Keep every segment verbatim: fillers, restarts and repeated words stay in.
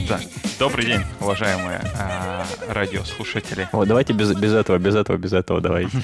Да. Добрый день, уважаемые а, радиослушатели. О, давайте без, без этого, без этого, без этого давайте.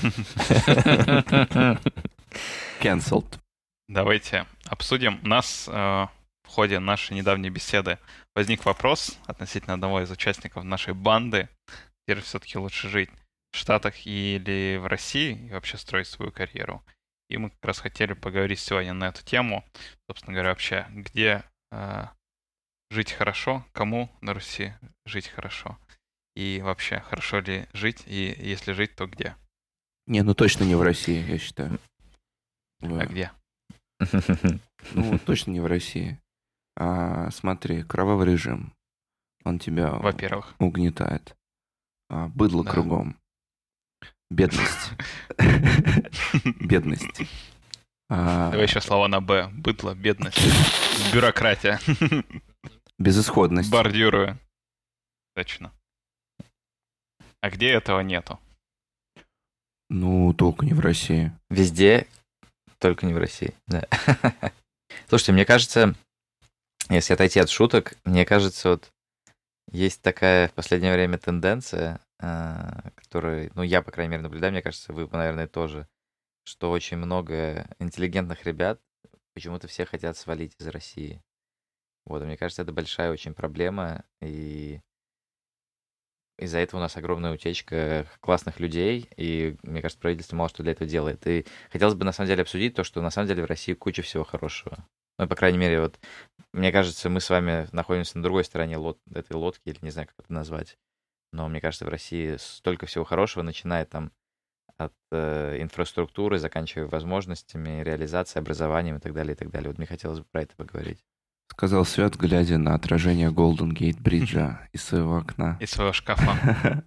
Cancelled. Давайте обсудим. У нас э, в ходе нашей недавней беседы возник вопрос относительно одного из участников нашей банды, где же все-таки лучше жить, в Штатах или в России, и вообще строить свою карьеру. И мы как раз хотели поговорить сегодня на эту тему. Собственно говоря, вообще, где э, жить хорошо, кому на Руси жить хорошо. И вообще, хорошо ли жить, и если жить, то где? Не, ну точно не в России, я считаю. А где? Ну, точно не в России. А, смотри, кровавый режим. Он тебя Во-первых. угнетает. А, быдло Да. кругом. Бедность. Бедность. А, Давай еще слова на «Б». Быдло, бедность, бюрократия, Безысходность. бордюры. Точно. А где этого нету? Ну, только не в России. Везде, только не в России. Да. Слушайте, мне кажется, если отойти от шуток, мне кажется, вот есть такая в последнее время тенденция, э, которую, ну, я, по крайней мере, наблюдаю, мне кажется, вы, наверное, тоже, что очень много интеллигентных ребят почему-то все хотят свалить из России. Вот, и мне кажется, это большая очень проблема, и из-за этого у нас огромная утечка классных людей, и, мне кажется, правительство мало что для этого делает. И хотелось бы, на самом деле, обсудить то, что, на самом деле, в России куча всего хорошего. Ну, по крайней мере, вот, мне кажется, мы с вами находимся на другой стороне лод... этой лодки, или не знаю, как это назвать. Но, мне кажется, в России столько всего хорошего, начиная там от э, инфраструктуры, заканчивая возможностями, реализацией, образованием и так далее, и так далее. Вот мне хотелось бы про это поговорить. Сказал Свят, глядя на отражение Голден Гейт Бриджа из своего окна. Из своего шкафа.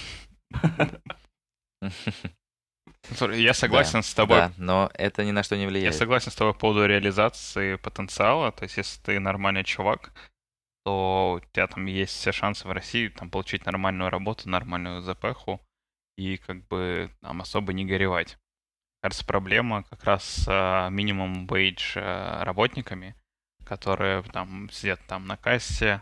Слушай, я согласен Да, с тобой. Да, но это ни на что не Я влияет. согласен с тобой по поводу реализации потенциала. То есть, если ты нормальный чувак, то у тебя там есть все шансы в России там, получить нормальную работу, нормальную ЗПХу и как бы там особо не горевать. Кажется, проблема как раз с минимум wage э, работниками, которые там сидят там на кассе,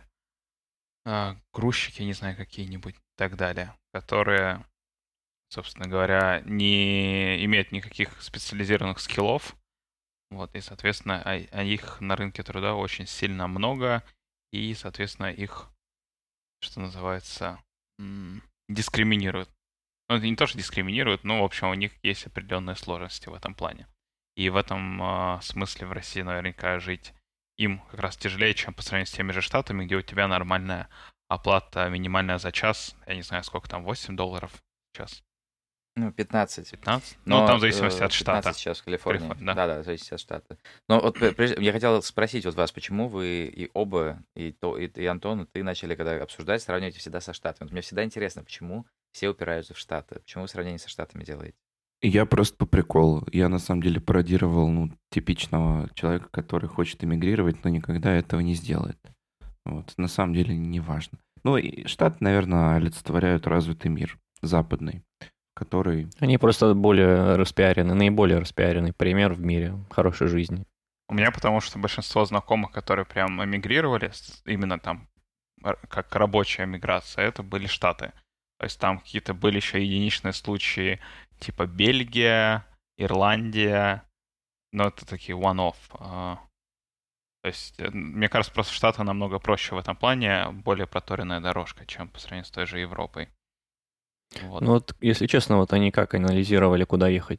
э, грузчики, не знаю, какие-нибудь и так далее, которые, собственно говоря, не имеют никаких специализированных скиллов. Вот, и, соответственно, а, а их на рынке труда очень сильно много, и, соответственно, их, что называется, м, дискриминируют. Ну, это не то, что дискриминируют, но, в общем, у них есть определенные сложности в этом плане. И в этом э, смысле в России наверняка жить им как раз тяжелее, чем по сравнению с теми же Штатами, где у тебя нормальная оплата минимальная за час, я не знаю, сколько там, восемь долларов в час, Ну, пятнадцать. пятнадцать? Ну, Но, там в зависимости э, от штата. пятнадцать сейчас в Калифорнии. Калифорния, да. Да, да, зависит от штата. Но вот пр- прежде- я хотел спросить вот вас, почему вы и оба, и, то, и, и Антон, и ты начали, когда обсуждать, сравниваете всегда со Штатами. Вот мне всегда интересно, почему все упираются в Штаты, почему вы сравнение со Штатами делаете? Я просто по приколу. Я на самом деле пародировал ну, типичного человека, который хочет эмигрировать, но никогда этого не сделает. Вот. На самом деле не важно. Ну, и Штаты, наверное, олицетворяют развитый мир западный, который... Они просто более распиарены, наиболее распиаренный пример в мире хорошей жизни. У меня потому что большинство знакомых, которые прям эмигрировали, с- именно там р- как рабочая миграция, это были Штаты. То есть там какие-то были еще единичные случаи, типа Бельгия, Ирландия, но это такие one-off. а. То есть, э, мне кажется, просто Штаты намного проще в этом плане, более проторенная дорожка, чем по сравнению с той же Европой. Вот. Ну вот, если честно, вот они как анализировали, куда ехать?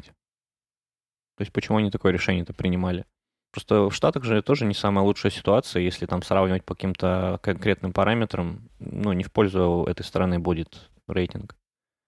То есть почему они такое решение-то принимали? Просто в Штатах же тоже не самая лучшая ситуация, если там сравнивать по каким-то конкретным параметрам, ну, не в пользу этой страны будет рейтинг.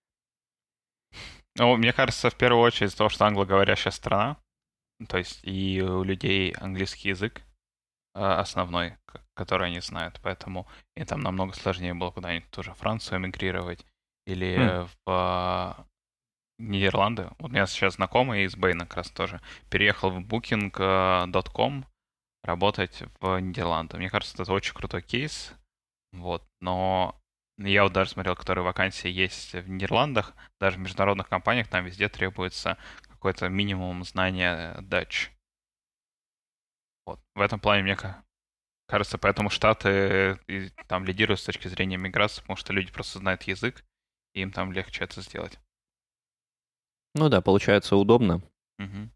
Ну, мне кажется, в первую очередь из-за того, что англоговорящая страна, то есть и у людей английский язык э, основной, к- который они знают, поэтому и там намного сложнее было куда-нибудь тоже в Францию эмигрировать или Хм. в э, Нидерланды. Вот у меня сейчас знакомый из Бэйна как раз тоже переехал в букинг точка ком работать в Нидерланды. Мне кажется, это очень крутой кейс, вот, но я вот даже смотрел, которые вакансии есть в Нидерландах, даже в международных компаниях, там везде требуется какой-то минимум знания Dutch. Вот. В этом плане мне ка- Кажется, поэтому Штаты и там лидируют с точки зрения миграции, потому что люди просто знают язык, и им там легче это сделать. Ну да, получается удобно. Мгм.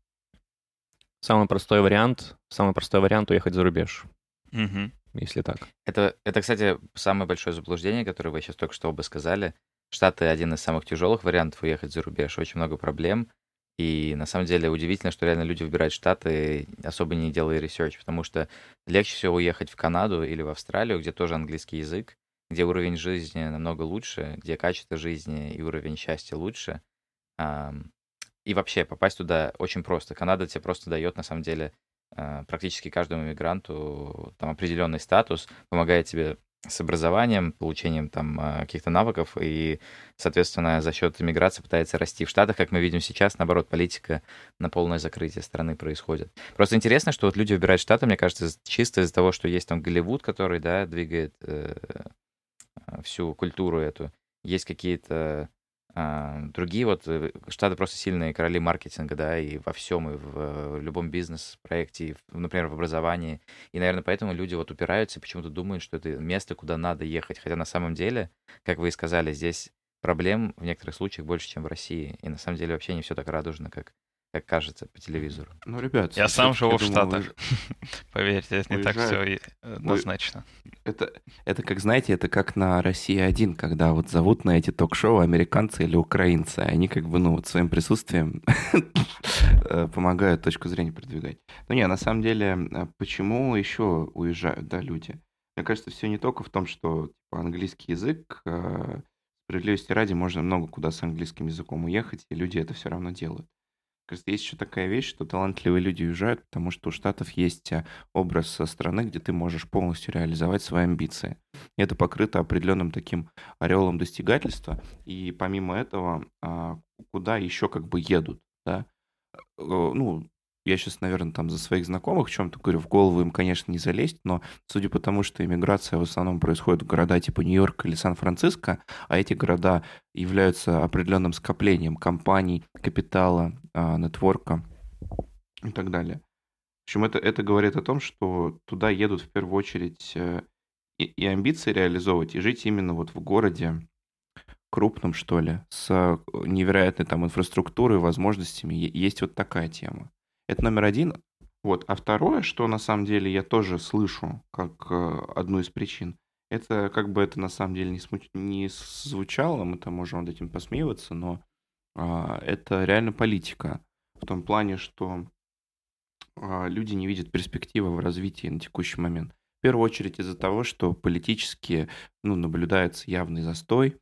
Самый простой вариант, самый простой вариант уехать за рубеж, Мгм. если так. Это, это, кстати, самое большое заблуждение, которое вы сейчас только что оба сказали. Штаты один из самых тяжелых вариантов уехать за рубеж. Очень много проблем. И на самом деле удивительно, что реально люди выбирают Штаты, особо не делая ресерч, потому что легче всего уехать в Канаду или в Австралию, где тоже английский язык, где уровень жизни намного лучше, где качество жизни и уровень счастья лучше. Ам, И вообще попасть туда очень просто. Канада тебе просто дает, на самом деле, а, практически каждому мигранту там определенный статус, помогает тебе с образованием, получением там а, каких-то навыков, и, соответственно, за счет иммиграции пытается расти. В Штатах, как мы видим сейчас, наоборот, политика на полное закрытие страны происходит. Просто интересно, что вот люди выбирают Штаты, мне кажется, из- чисто из-за того, что есть там Голливуд, который, да, двигает э, а, всю культуру эту. Есть какие-то а, другие вот э, Штаты просто сильные короли маркетинга, да, и во всем, и в э, любом бизнес-проекте, и, в- например, в образовании. И, наверное, поэтому люди вот упираются и почему-то думают, что это место, куда надо ехать. Хотя на самом деле, как вы и сказали, здесь проблем в некоторых случаях больше, чем в России. И на самом деле вообще не все так радужно, как, как кажется по телевизору. Ну, ребят, Я сам все-таки, живу я в думаю, Штатах. уезж- Поверьте, это не так уезжают. все однозначно. Это, это как, знаете, это как на Россия один, когда вот зовут на эти ток-шоу американцы или украинцы. Они как бы, ну, вот своим присутствием э, помогают точку зрения продвигать. Ну, не, на самом деле, э, почему еще уезжают, да, люди? Мне кажется, все не только в том, что типа, английский язык, э, справедливости ради, можно много куда с английским языком уехать, и люди это все равно делают. Кажется, есть еще такая вещь, что талантливые люди уезжают, потому что у Штатов есть а, образ со страны, где ты можешь полностью реализовать свои амбиции. И это покрыто определенным таким ореолом достигательства. И помимо этого, а, куда еще как бы едут, да? Э, Ну, я сейчас, наверное, там за своих знакомых в чем-то говорю, в голову им, конечно, не залезть, но судя по тому, что иммиграция в основном происходит в города типа Нью-Йорк или Сан-Франциско, а эти города являются определенным скоплением компаний, капитала, а, нетворка и так далее. В общем, это, это говорит о том, что туда едут в первую очередь э, и, и амбиции реализовывать, и жить именно вот в городе крупном, что ли, с э, невероятной там инфраструктурой, возможностями. Е- Есть вот такая тема. Это номер один. Вот. А второе, что на самом деле я тоже слышу как э, одну из причин, это как бы это на самом деле не, смуч- не звучало, мы там можем над этим посмеиваться, но а, это реально политика. В том плане, что а, люди не видят перспективы в развитии на текущий момент. В первую очередь из-за того, что политически ну, наблюдается явный застой,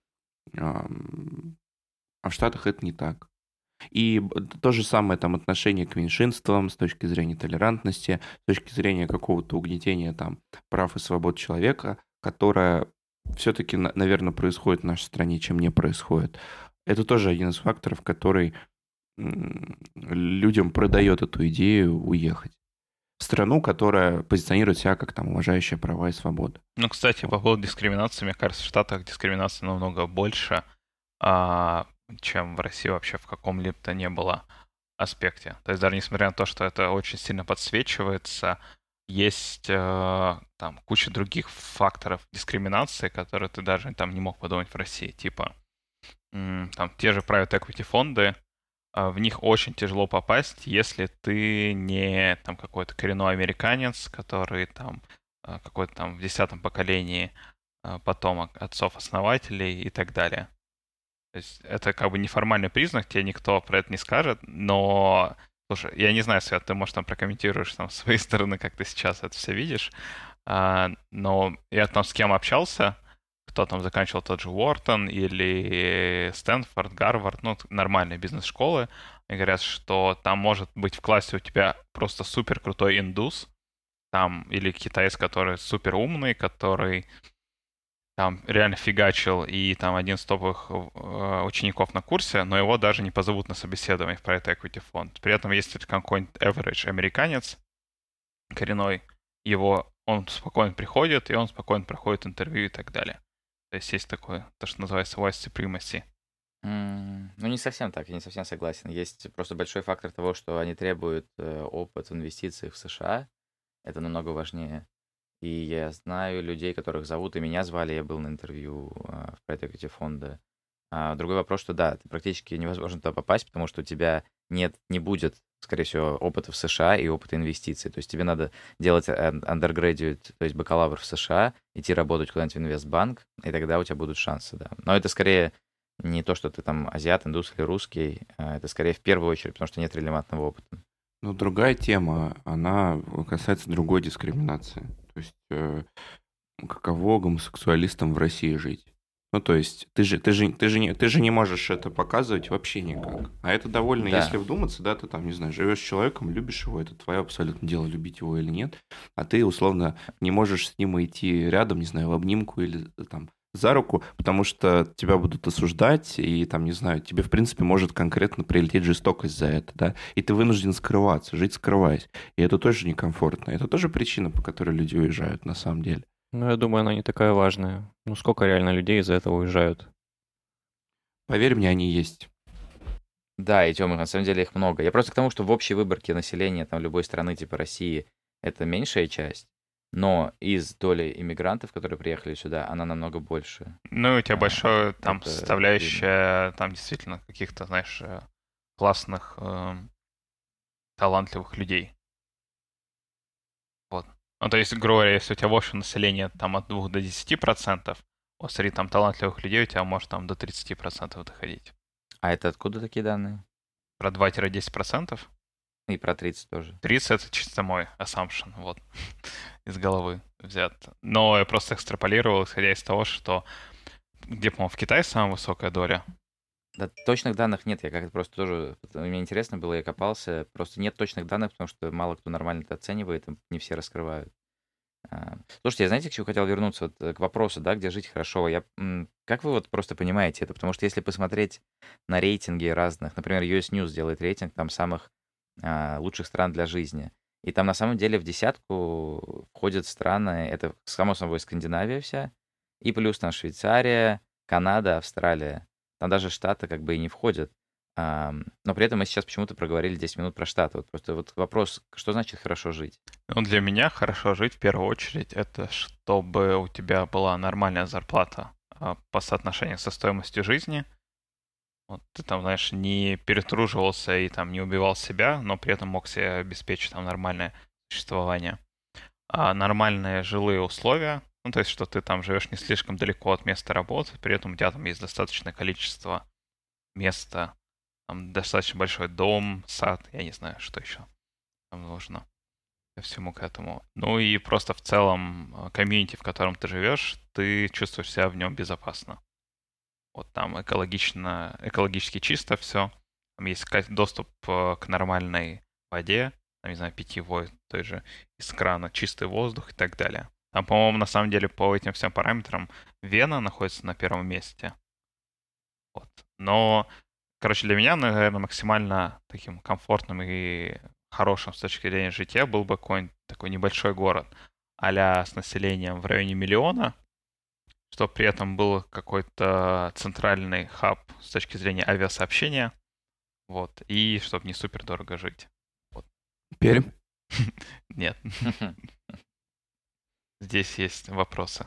ам, а в Штатах это не так. И б- то же самое там отношение к меньшинствам с точки зрения толерантности, с точки зрения какого-то угнетения там прав и свобод человека, которое все-таки, наверное, происходит в нашей стране, чем не происходит. Это тоже один из факторов, который м, людям продает эту идею уехать в страну, которая позиционирует себя как там уважающая права и свободы. Ну, кстати, по поводу дискриминации, мне кажется, в Штатах дискриминации намного больше, а, чем в России вообще в каком-либо то не было аспекте. То есть даже несмотря на то, что это очень сильно подсвечивается, есть э, там куча других факторов дискриминации, которые ты даже там не мог подумать в России. Типа м, там те же private equity фонды, а, в них очень тяжело попасть, если ты не там какой-то коренной американец, который там а, какой-то там в десятом поколении а, потомок отцов-основателей и так далее. То есть это как бы неформальный признак, тебе никто про это не скажет, но, слушай, я не знаю, Свет, ты, может, там прокомментируешь там с своей стороны, как ты сейчас это все видишь, а, но я там с кем общался, кто там заканчивал тот же Уортон или Стэнфорд, Гарвард, ну, нормальные бизнес-школы, и говорят, что там может быть в классе у тебя просто супер крутой индус, там, или китаец, который супер умный, который там реально фигачил и там один из топовых э, учеников на курсе, но его даже не позовут на собеседование в Private Equity фонд. При этом есть какой-нибудь average американец коренной, его, он спокойно приходит, и он спокойно проходит интервью и так далее. То есть есть такое, то, что называется white supremacy. М, Ну, не совсем так, я не совсем согласен. Есть просто большой фактор того, что они требуют э, опыт в инвестициях в США. Это намного важнее. И я знаю людей, которых зовут, и меня звали, я был на интервью а, в Private Equity фонда. А другой вопрос, что да, ты практически невозможно туда попасть, потому что у тебя нет, не будет, скорее всего, опыта в США и опыта инвестиций. То есть тебе надо делать ан- undergraduate, то есть бакалавр в США, идти работать куда-нибудь в инвестбанк, и тогда у тебя будут шансы, да. Но это скорее не то, что ты там азиат, индус или русский, а это скорее в первую очередь, потому что нет релевантного опыта. Ну, другая тема, она касается другой дискриминации. То есть, э, каково гомосексуалистам в России жить? Ну, то есть, ты же, ты же, ты же, не, ты же не можешь это показывать вообще никак. А это довольно, Да. если вдуматься, да, ты там, не знаю, живешь с человеком, любишь его, это твое абсолютно дело, любить его или нет, а ты, условно, не можешь с ним идти рядом, не знаю, в обнимку или там за руку, потому что тебя будут осуждать, и там, не знаю, тебе, в принципе, может конкретно прилететь жестокость за это, да, и ты вынужден скрываться, жить скрываясь. И это тоже некомфортно. Это тоже причина, по которой люди уезжают, на самом деле. Ну, я думаю, она не такая важная. Ну, сколько реально людей из-за этого уезжают? Поверь мне, они есть. Да, и Тёма, на самом деле их много. Я просто к тому, что в общей выборке населения там любой страны типа России это меньшая часть, но из доли иммигрантов, которые приехали сюда, она намного больше. Ну, и у тебя А, большая там это составляющая, там действительно каких-то, знаешь, э, классных, эм, талантливых людей. Вот. Ну, то есть, грубо говоря, если у тебя в общем население там от двух до десяти процентов, вот среди там талантливых людей у тебя может там до тридцати процентов доходить. А это откуда такие данные? Про два-десять процентов. И про тридцать тоже. тридцать это чисто мой assumption, вот, из головы взят. Но я просто экстраполировал, исходя из того, что где, по-моему, в Китае самая высокая доля. Да, точных данных нет, я как-то просто тоже, мне интересно было, я копался, просто нет точных данных, потому что мало кто нормально это оценивает, и не все раскрывают. А, Слушайте, я знаете, к чему хотел вернуться, вот, э, к вопросу, да, где жить хорошо. Я, м, как вы вот просто понимаете это? Потому что если посмотреть на рейтинги разных, например, ю эс News делает рейтинг там самых а, лучших стран для жизни, и там на самом деле в десятку входят страны, это само собой Скандинавия вся, и плюс там Швейцария, Канада, Австралия. Там даже Штаты как бы и не входят. Ам, но при этом мы сейчас почему-то проговорили десять минут про Штаты. Вот просто вот вопрос, что значит хорошо жить? Ну, для меня хорошо жить в первую очередь, это чтобы у тебя была нормальная зарплата а, по соотношению со стоимостью жизни. Вот ты там, знаешь, не перетруживался и там не убивал себя, но при этом мог себе обеспечить там нормальное существование. А нормальные жилые условия, ну, то есть, что ты там живешь не слишком далеко от места работы, при этом у тебя там есть достаточное количество места, там достаточно большой дом, сад, я не знаю, что еще там нужно ко всему к этому. Ну и просто в целом э, комьюнити, в котором ты живешь, ты чувствуешь себя в нем безопасно. Вот там экологично, экологически чисто все. Там есть ка- доступ э, к нормальной воде, там, не знаю, питьевой, той же из крана, чистый воздух и так далее. Там, по-моему, на самом деле по этим всем параметрам Вена находится на первом месте. Вот. Но, короче, для меня, наверное, максимально таким комфортным и хорошим с точки зрения жития был бы какой-нибудь такой небольшой город а-ля с населением в районе миллиона, чтобы при этом был какой-то центральный хаб с точки зрения авиасообщения, вот, и чтобы не супер дорого жить. Пермь? Нет, здесь есть вопросы,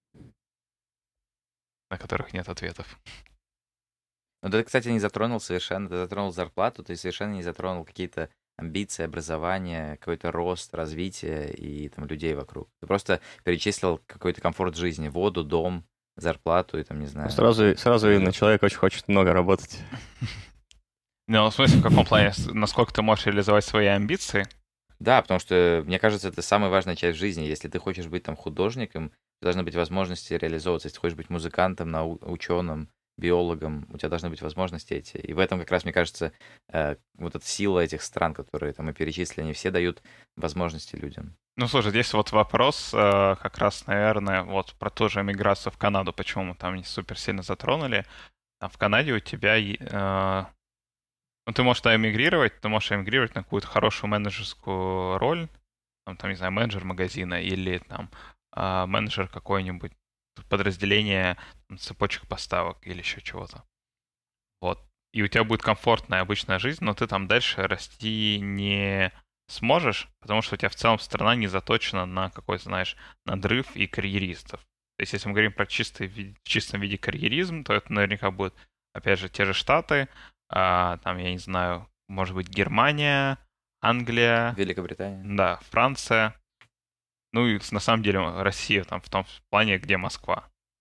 на которых нет ответов. Ну, ты, кстати, не затронул совершенно, ты затронул зарплату, ты совершенно не затронул какие-то амбиции, образование, какой-то рост, развитие и там людей вокруг. Ты просто перечислил какой-то комфорт жизни, воду, дом, зарплату и там, не знаю. Сразу, сразу видно, человек очень хочет много работать. Ну, в смысле, в каком плане? С- Насколько ты можешь реализовать свои амбиции? Да, потому что, мне кажется, это самая важная часть жизни. Если ты хочешь быть там художником, должны быть возможности реализовываться. Если ты хочешь быть музыкантом, нау- ученым, биологом, у тебя должны быть возможности эти. И в этом как раз, мне кажется, э, вот эта сила этих стран, которые там мы перечислили, они все дают возможности людям. Ну, слушай, здесь вот вопрос э, как раз, наверное, вот про ту же эмиграцию в Канаду, почему мы там не супер сильно затронули. Там в Канаде у тебя, е- э, ну, ты можешь туда эмигрировать, ты можешь эмигрировать на какую-то хорошую менеджерскую роль, там, там, не знаю, менеджер магазина или там э, менеджер какой-нибудь подразделения там, цепочек поставок или еще чего-то. Вот. И у тебя будет комфортная обычная жизнь, но ты там дальше расти не сможешь, потому что у тебя в целом страна не заточена на какой-то, знаешь, надрыв и карьеристов. То есть, если мы говорим про чистый, ви- в чистом виде карьеризм, то это наверняка будет, опять же, те же Штаты, а, там, я не знаю, может быть, Германия, Англия, Великобритания. да, Франция. Ну и на самом деле Россия там в том плане, где Москва.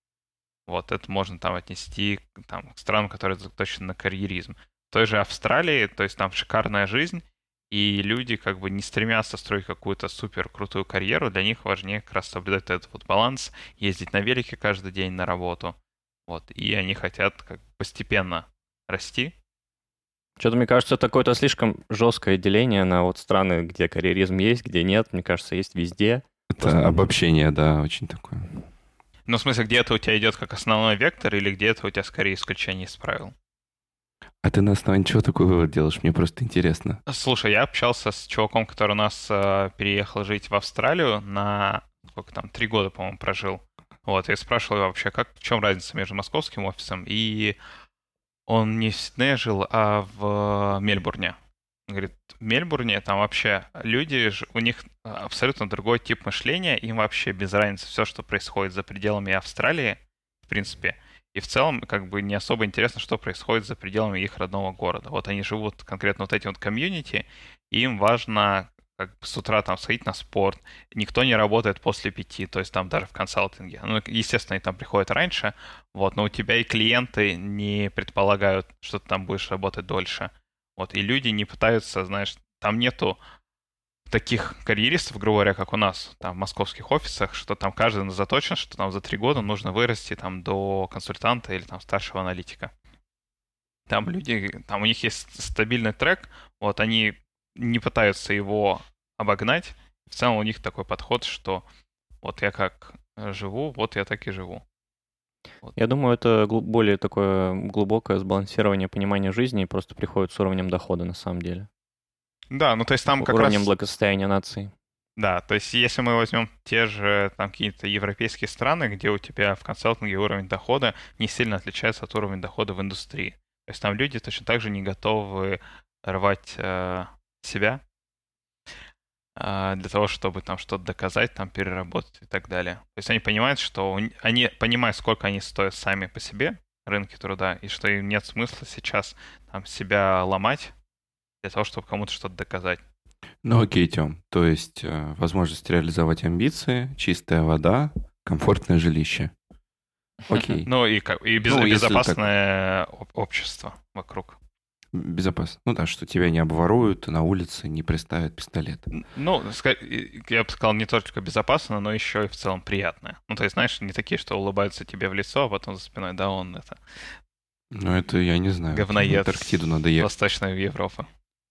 Вот это можно там отнести там, к странам, которые заточены на карьеризм. В той же Австралии, то есть там шикарная жизнь, и люди как бы не стремятся строить какую-то супер крутую карьеру, для них важнее как раз соблюдать этот вот баланс, ездить на велике каждый день на работу. Вот, и они хотят как постепенно расти. Что-то, мне кажется, это какое-то слишком жесткое деление на вот страны, где карьеризм есть, где нет. Мне кажется, есть везде. Это Просто- обобщение, да, очень такое. Ну, в смысле, где-то у тебя идет как основной вектор, или где-то у тебя скорее исключение из правил? А ты на основании чего такой вывод делаешь? Мне просто интересно. Слушай, я общался с чуваком, который у нас э, переехал жить в Австралию на, сколько там, три года, по-моему, прожил. Вот, я спрашивал его вообще, как, в чем разница между московским офисом, и он не в Сиднее жил, а в Мельбурне. Он говорит, в Мельбурне там вообще люди, ж- у них абсолютно другой тип мышления, им вообще без разницы все, что происходит за пределами Австралии, в принципе. И в целом, как бы не особо интересно, что происходит за пределами их родного города. Вот они живут конкретно вот этим вот комьюнити, и им важно как бы с утра там сходить на спорт. Никто не работает после пяти, то есть там даже в консалтинге. Ну, естественно, они там приходят раньше, вот, но у тебя и клиенты не предполагают, что ты там будешь работать дольше. Вот, и люди не пытаются, знаешь, там нету таких карьеристов, грубо говоря, как у нас там в московских офисах, что там каждый заточен, что там за три года нужно вырасти там до консультанта или там старшего аналитика. Там люди, там у них есть стабильный трек, вот они не пытаются его обогнать. В целом у них такой подход, что вот я как живу, вот я так и живу. Я думаю, это глу- более такое глубокое сбалансирование понимания жизни и просто приходит с уровнем дохода на самом деле. Да, ну то есть там как Уровнем раз... благосостояния нации. Да, то есть если мы возьмем те же там какие-то европейские страны, где у тебя в консалтинге уровень дохода не сильно отличается от уровня дохода в индустрии. То есть там люди точно так же не готовы рвать э, себя э, для того, чтобы там что-то доказать, там переработать и так далее. То есть они понимают, что у н- они понимают, сколько они стоят сами по себе, рынки труда, и что им нет смысла сейчас там себя ломать для того, чтобы кому-то что-то доказать. Ну окей, Тём. То есть э, возможность реализовать амбиции, чистая вода, комфортное жилище. Окей. Ну и, как- и без- Ну, если безопасное об- общество вокруг. Безопасно. Ну да, что тебя не обворуют, на улице не приставят пистолет. Н- Ну, ска- и- я бы сказал, не только безопасно, но еще и в целом приятное. Ну, то есть, знаешь, не такие, что улыбаются тебе в лицо, а потом за спиной, да, он это, Ну это я не знаю. говноед В Антарктиду надо с ехать. Восточной Европы.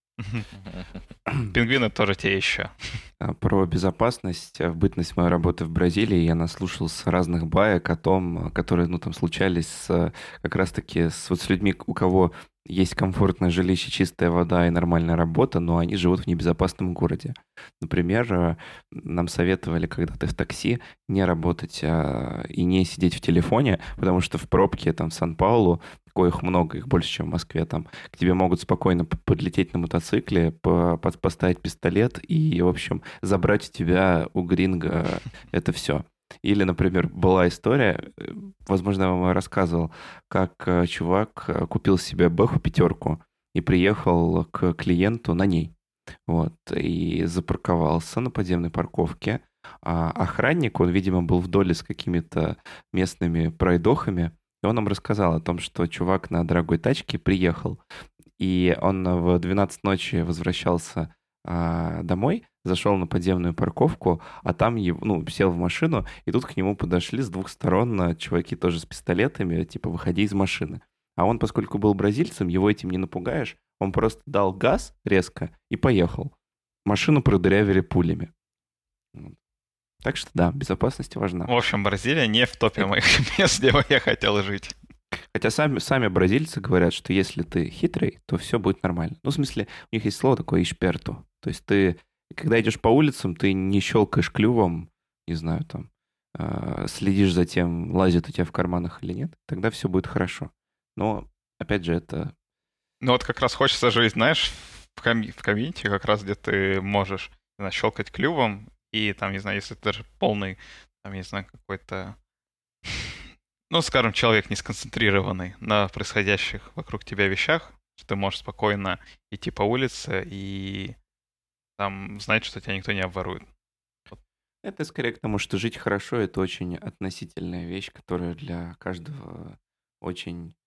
Пингвины тоже те еще. А, Про безопасность. а, В бытность моей работы в Бразилии я наслушался разных баек о том, а, которые, ну, там случались с, а, как раз-таки с, вот с людьми, у кого есть комфортное жилище, чистая вода и нормальная работа, но они живут в небезопасном городе. Например, а, нам советовали, когда ты в такси, не работать а, и не сидеть в телефоне, потому что в пробке там в Сан-Паулу, коих много, их больше, чем в Москве, там к тебе могут спокойно п- подлететь на мотоцикле, по- под- поставить пистолет и, в общем, забрать у тебя у гринга это все. Или, например, была история, э, возможно, я вам рассказывал, как э, чувак э, купил себе Бэху пятерку и приехал к клиенту на ней. Вот, и запарковался на подземной парковке. А охранник, он, видимо, был в доле с какими-то местными пройдохами, и он нам рассказал о том, что чувак на дорогой тачке приехал, и он в двенадцать ночи возвращался а, домой, зашел на подземную парковку, а там его, ну, сел в машину, и тут к нему подошли с двух сторон а, чуваки тоже с пистолетами, типа, выходи из машины. А он, поскольку был бразильцем, его этим не напугаешь, он просто дал газ резко и поехал. Машину продырявили пулями. Вот. Так что да, безопасность важна. В общем, Бразилия не в топе моих мест, где бы я хотел жить. Хотя сами, сами бразильцы говорят, что если ты хитрый, то все будет нормально. Ну, в смысле, у них есть слово такое «ишперту». То есть ты, когда идешь по улицам, ты не щелкаешь клювом, не знаю, там, э, следишь за тем, лазит у тебя в карманах или нет, тогда все будет хорошо. Но, опять же, это... Ну вот как раз хочется жить, знаешь, в, коми- в комьюнити как раз, где ты можешь, не знаю, щелкать клювом, и там, не знаю, если ты даже полный, там, не знаю, какой-то, ну, скажем, человек не сконцентрированный на происходящих вокруг тебя вещах, что ты можешь спокойно идти по улице и там знать, что тебя никто не обворует. Это скорее к тому, что жить хорошо — это очень относительная вещь, которая для каждого очень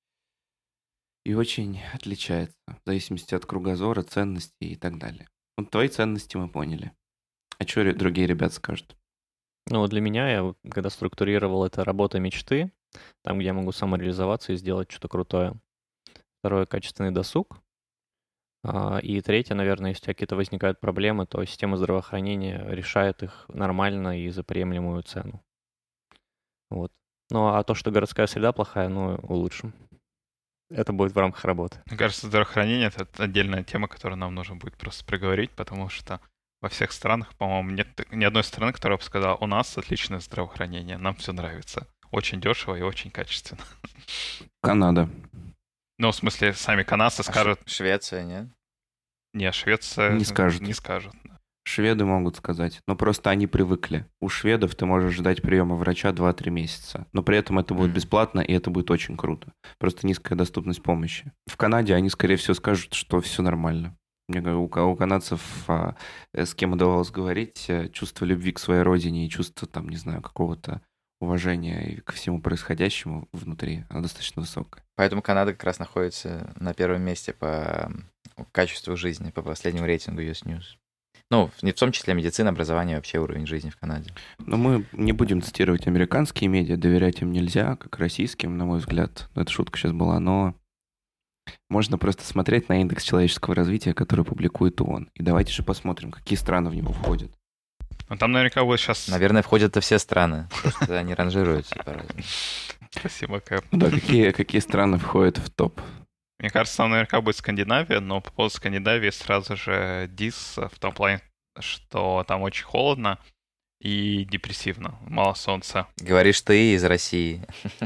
и очень отличается, в зависимости от кругозора, ценностей и так далее. Вот твои ценности мы поняли. А что другие ребята скажут? Ну, для меня, я вот когда структурировал это работа мечты, там, где я могу самореализоваться и сделать что-то крутое. Второе — качественный досуг. А, И третье, наверное, если у тебя какие-то возникают проблемы, то система здравоохранения решает их нормально и за приемлемую цену. Вот. Ну, а то, что городская среда плохая, ну, улучшим. Это будет в рамках работы. Мне кажется, здравоохранение — это отдельная тема, которую нам нужно будет просто проговорить, потому что во всех странах, по-моему, нет ни одной страны, которая бы сказала: у нас отличное здравоохранение, нам все нравится. Очень дешево и очень качественно. Канада. Ну, в смысле, сами канадцы А Ш- скажут... Швеция, нет? Не, Швеция Не скажут. Не скажут. Шведы могут сказать, но просто они привыкли. У шведов ты можешь ждать приема врача два-три месяца, но при этом это будет Мгм. бесплатно, и это будет очень круто. Просто низкая доступность помощи. В Канаде они, скорее всего, скажут, что все нормально. Мне говорю, у, ка- у канадцев, а, э, с кем удавалось говорить, э, чувство любви к своей родине и чувство, там, не знаю, какого-то уважения и ко всему происходящему внутри, оно достаточно высокое. Поэтому Канада как раз находится на первом месте по м, качеству жизни, по последнему рейтингу ю эс News. Ну, в не в том числе медицина, образование, вообще уровень жизни в Канаде. Но мы не будем цитировать американские медиа, доверять им нельзя, как российским, на мой взгляд. Ну, это шутка сейчас была, но можно просто смотреть на индекс человеческого развития, который публикует ООН. И давайте же посмотрим, какие страны в него входят. Ну, там наверняка будет сейчас... Наверное, входят-то все страны, просто они ранжируются по-разному. Спасибо, Кэп. Ну да, какие, какие страны входят в топ? Мне кажется, там наверняка будет Скандинавия, но по поводу Скандинавии сразу же дис в том плане, что там очень холодно и депрессивно, мало солнца. Говоришь ты из России.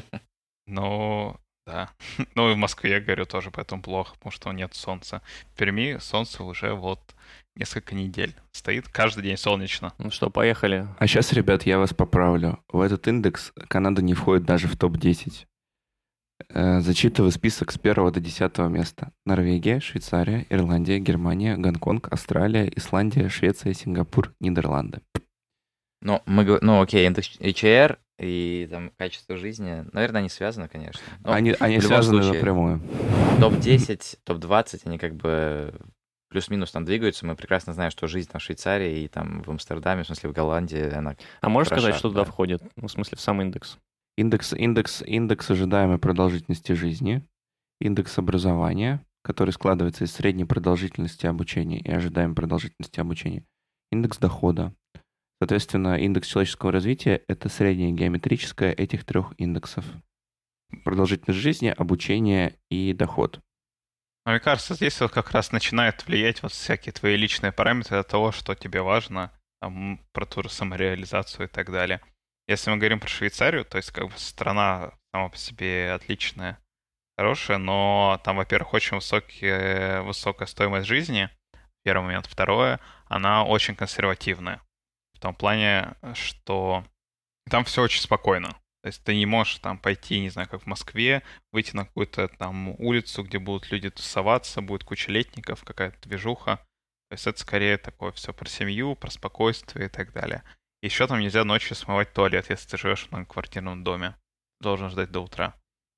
Ну, да. Ну и в Москве, я говорю, тоже поэтому плохо, потому что нет солнца. В Перми солнце уже вот несколько недель стоит, каждый день солнечно. Ну что, поехали. А сейчас, ребят, я вас поправлю. В этот индекс Канада не входит даже в топ десять. Э, Зачитываю список с первого до десятого места. Норвегия, Швейцария, Ирландия, Германия, Гонконг, Австралия, Исландия, Швеция, Сингапур, Нидерланды. Ну, мы, говор- ну, окей, индекс эйч ар и там качество жизни, наверное, они связаны, конечно. Но Они, они в любом связаны случае, напрямую. топ десять, топ двадцать, они как бы плюс-минус там двигаются. Мы прекрасно знаем, что жизнь там в Швейцарии и там в Амстердаме, в смысле в Голландии, она... А можешь Хороша, сказать, что туда да. входит? Ну, в смысле, в сам индекс. Индекс, индекс, индекс ожидаемой продолжительности жизни, индекс образования, который складывается из средней продолжительности обучения и ожидаемой продолжительности обучения, индекс дохода. Соответственно, индекс человеческого развития — это среднее геометрическое этих трех индексов. Продолжительность жизни, обучение и доход. Но мне кажется, здесь вот как раз начинает влиять вот всякие твои личные параметры от того, что тебе важно, там, про ту же самореализацию и так далее. Если мы говорим про Швейцарию, то есть как бы страна сама по себе отличная, хорошая, но там, во-первых, очень высокие, высокая стоимость жизни, первый момент. Второе, она очень консервативная. В том плане, что там все очень спокойно. То есть ты не можешь там пойти, не знаю, как в Москве, выйти на какую-то там улицу, где будут люди тусоваться, будет куча летников, какая-то движуха. То есть это скорее такое все про семью, про спокойствие и так далее. Еще там нельзя ночью смывать туалет, если ты живешь в многоквартирном доме. Должен ждать до утра.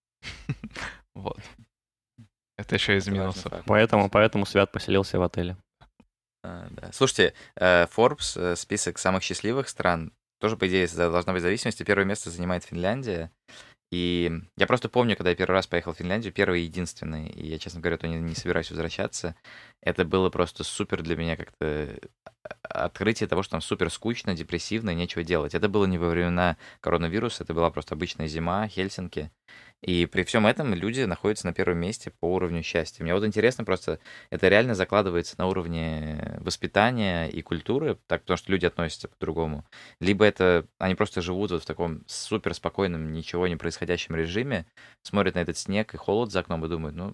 Вот. Это еще из Это важный минусов. факт. Поэтому, поэтому Свят поселился в отеле. А, да. Слушайте, э, Forbes, э, список самых счастливых стран, тоже, по идее, за- должна быть зависимость. Первое место занимает Финляндия. И я просто помню, когда я первый раз поехал в Финляндию, первый и единственный, и я, честно говоря, то не, не собираюсь возвращаться. Это было просто супер для меня как-то а- открытие того, что там супер скучно, депрессивно и нечего делать. Это было не во времена коронавируса, это была просто обычная зима, Хельсинки. И при всем этом люди находятся на первом месте по уровню счастья. Мне вот интересно просто, это реально закладывается на уровне воспитания и культуры, так, потому что люди относятся по-другому. Либо это они просто живут вот в таком супер спокойном, ничего не происходящем режиме, смотрят на этот снег и холод за окном и думают, ну,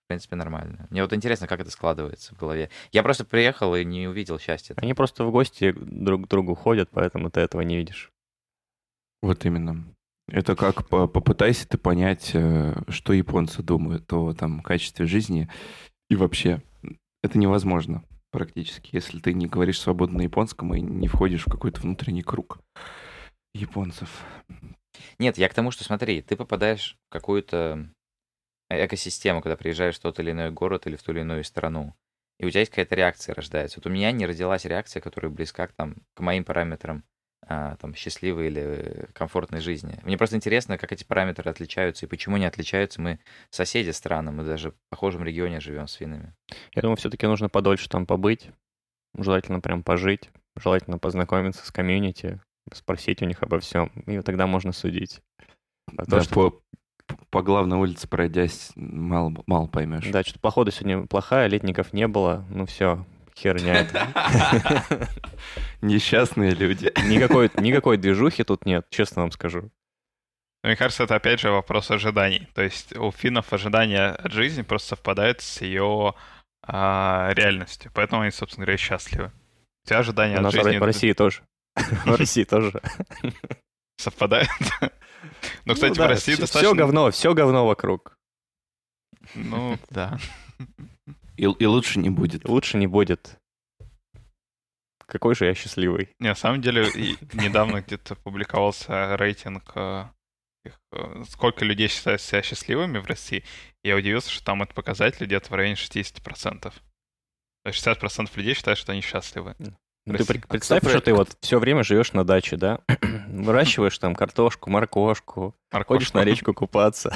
принципе, нормально. Мне вот интересно, как это складывается в голове. Я просто приехал и не увидел счастья. Они просто в гости друг к другу ходят, поэтому ты этого не видишь. Вот именно. Это как по- попытайся ты понять, э, что японцы думают о там качестве жизни и вообще. Это невозможно практически, если ты не говоришь свободно на японском и не входишь в какой-то внутренний круг японцев. Нет, я к тому, что смотри, ты попадаешь в какую-то экосистему, когда приезжаешь в тот или иной город или в ту или иную страну, и у тебя есть какая-то реакция рождается. Вот у меня не родилась реакция, которая близка к, там, к моим параметрам а, там, счастливой или комфортной жизни. Мне просто интересно, как эти параметры отличаются и почему не отличаются. Мы соседи страны, мы даже в похожем регионе живем с финнами. Я думаю, все-таки нужно подольше там побыть, желательно прям пожить, желательно познакомиться с комьюнити, спросить у них обо всем, и тогда можно судить. А то, Да, что- по, по главной улице пройдясь, мало, мало поймешь. Да, что-то погода сегодня плохая, летников не было, ну все, херня это. Несчастные люди. Никакой, никакой движухи тут нет, честно вам скажу. Мне кажется, это опять же вопрос ожиданий. То есть у финнов ожидания от жизни просто совпадают с ее а, реальностью. Поэтому они, собственно говоря, счастливы. У тебя ожидания У от нас жизни в России тоже. В России тоже. совпадают. Ну, кстати, в России Все достаточно... говно, все говно вокруг. Ну, да. И, и лучше не будет. Лучше не будет. Какой же я счастливый. Не, на самом деле, и недавно где-то публиковался рейтинг, э, их, э, сколько людей считают себя счастливыми в России. Я удивился, что там этот показатель где-то в районе шестьдесят процентов. То есть шестьдесят процентов людей считают, что они счастливы. Ну, ты России. пред- представь, кто что про- ты вот все время живешь на даче, да? Выращиваешь там картошку, моркошку, ходишь на речку купаться.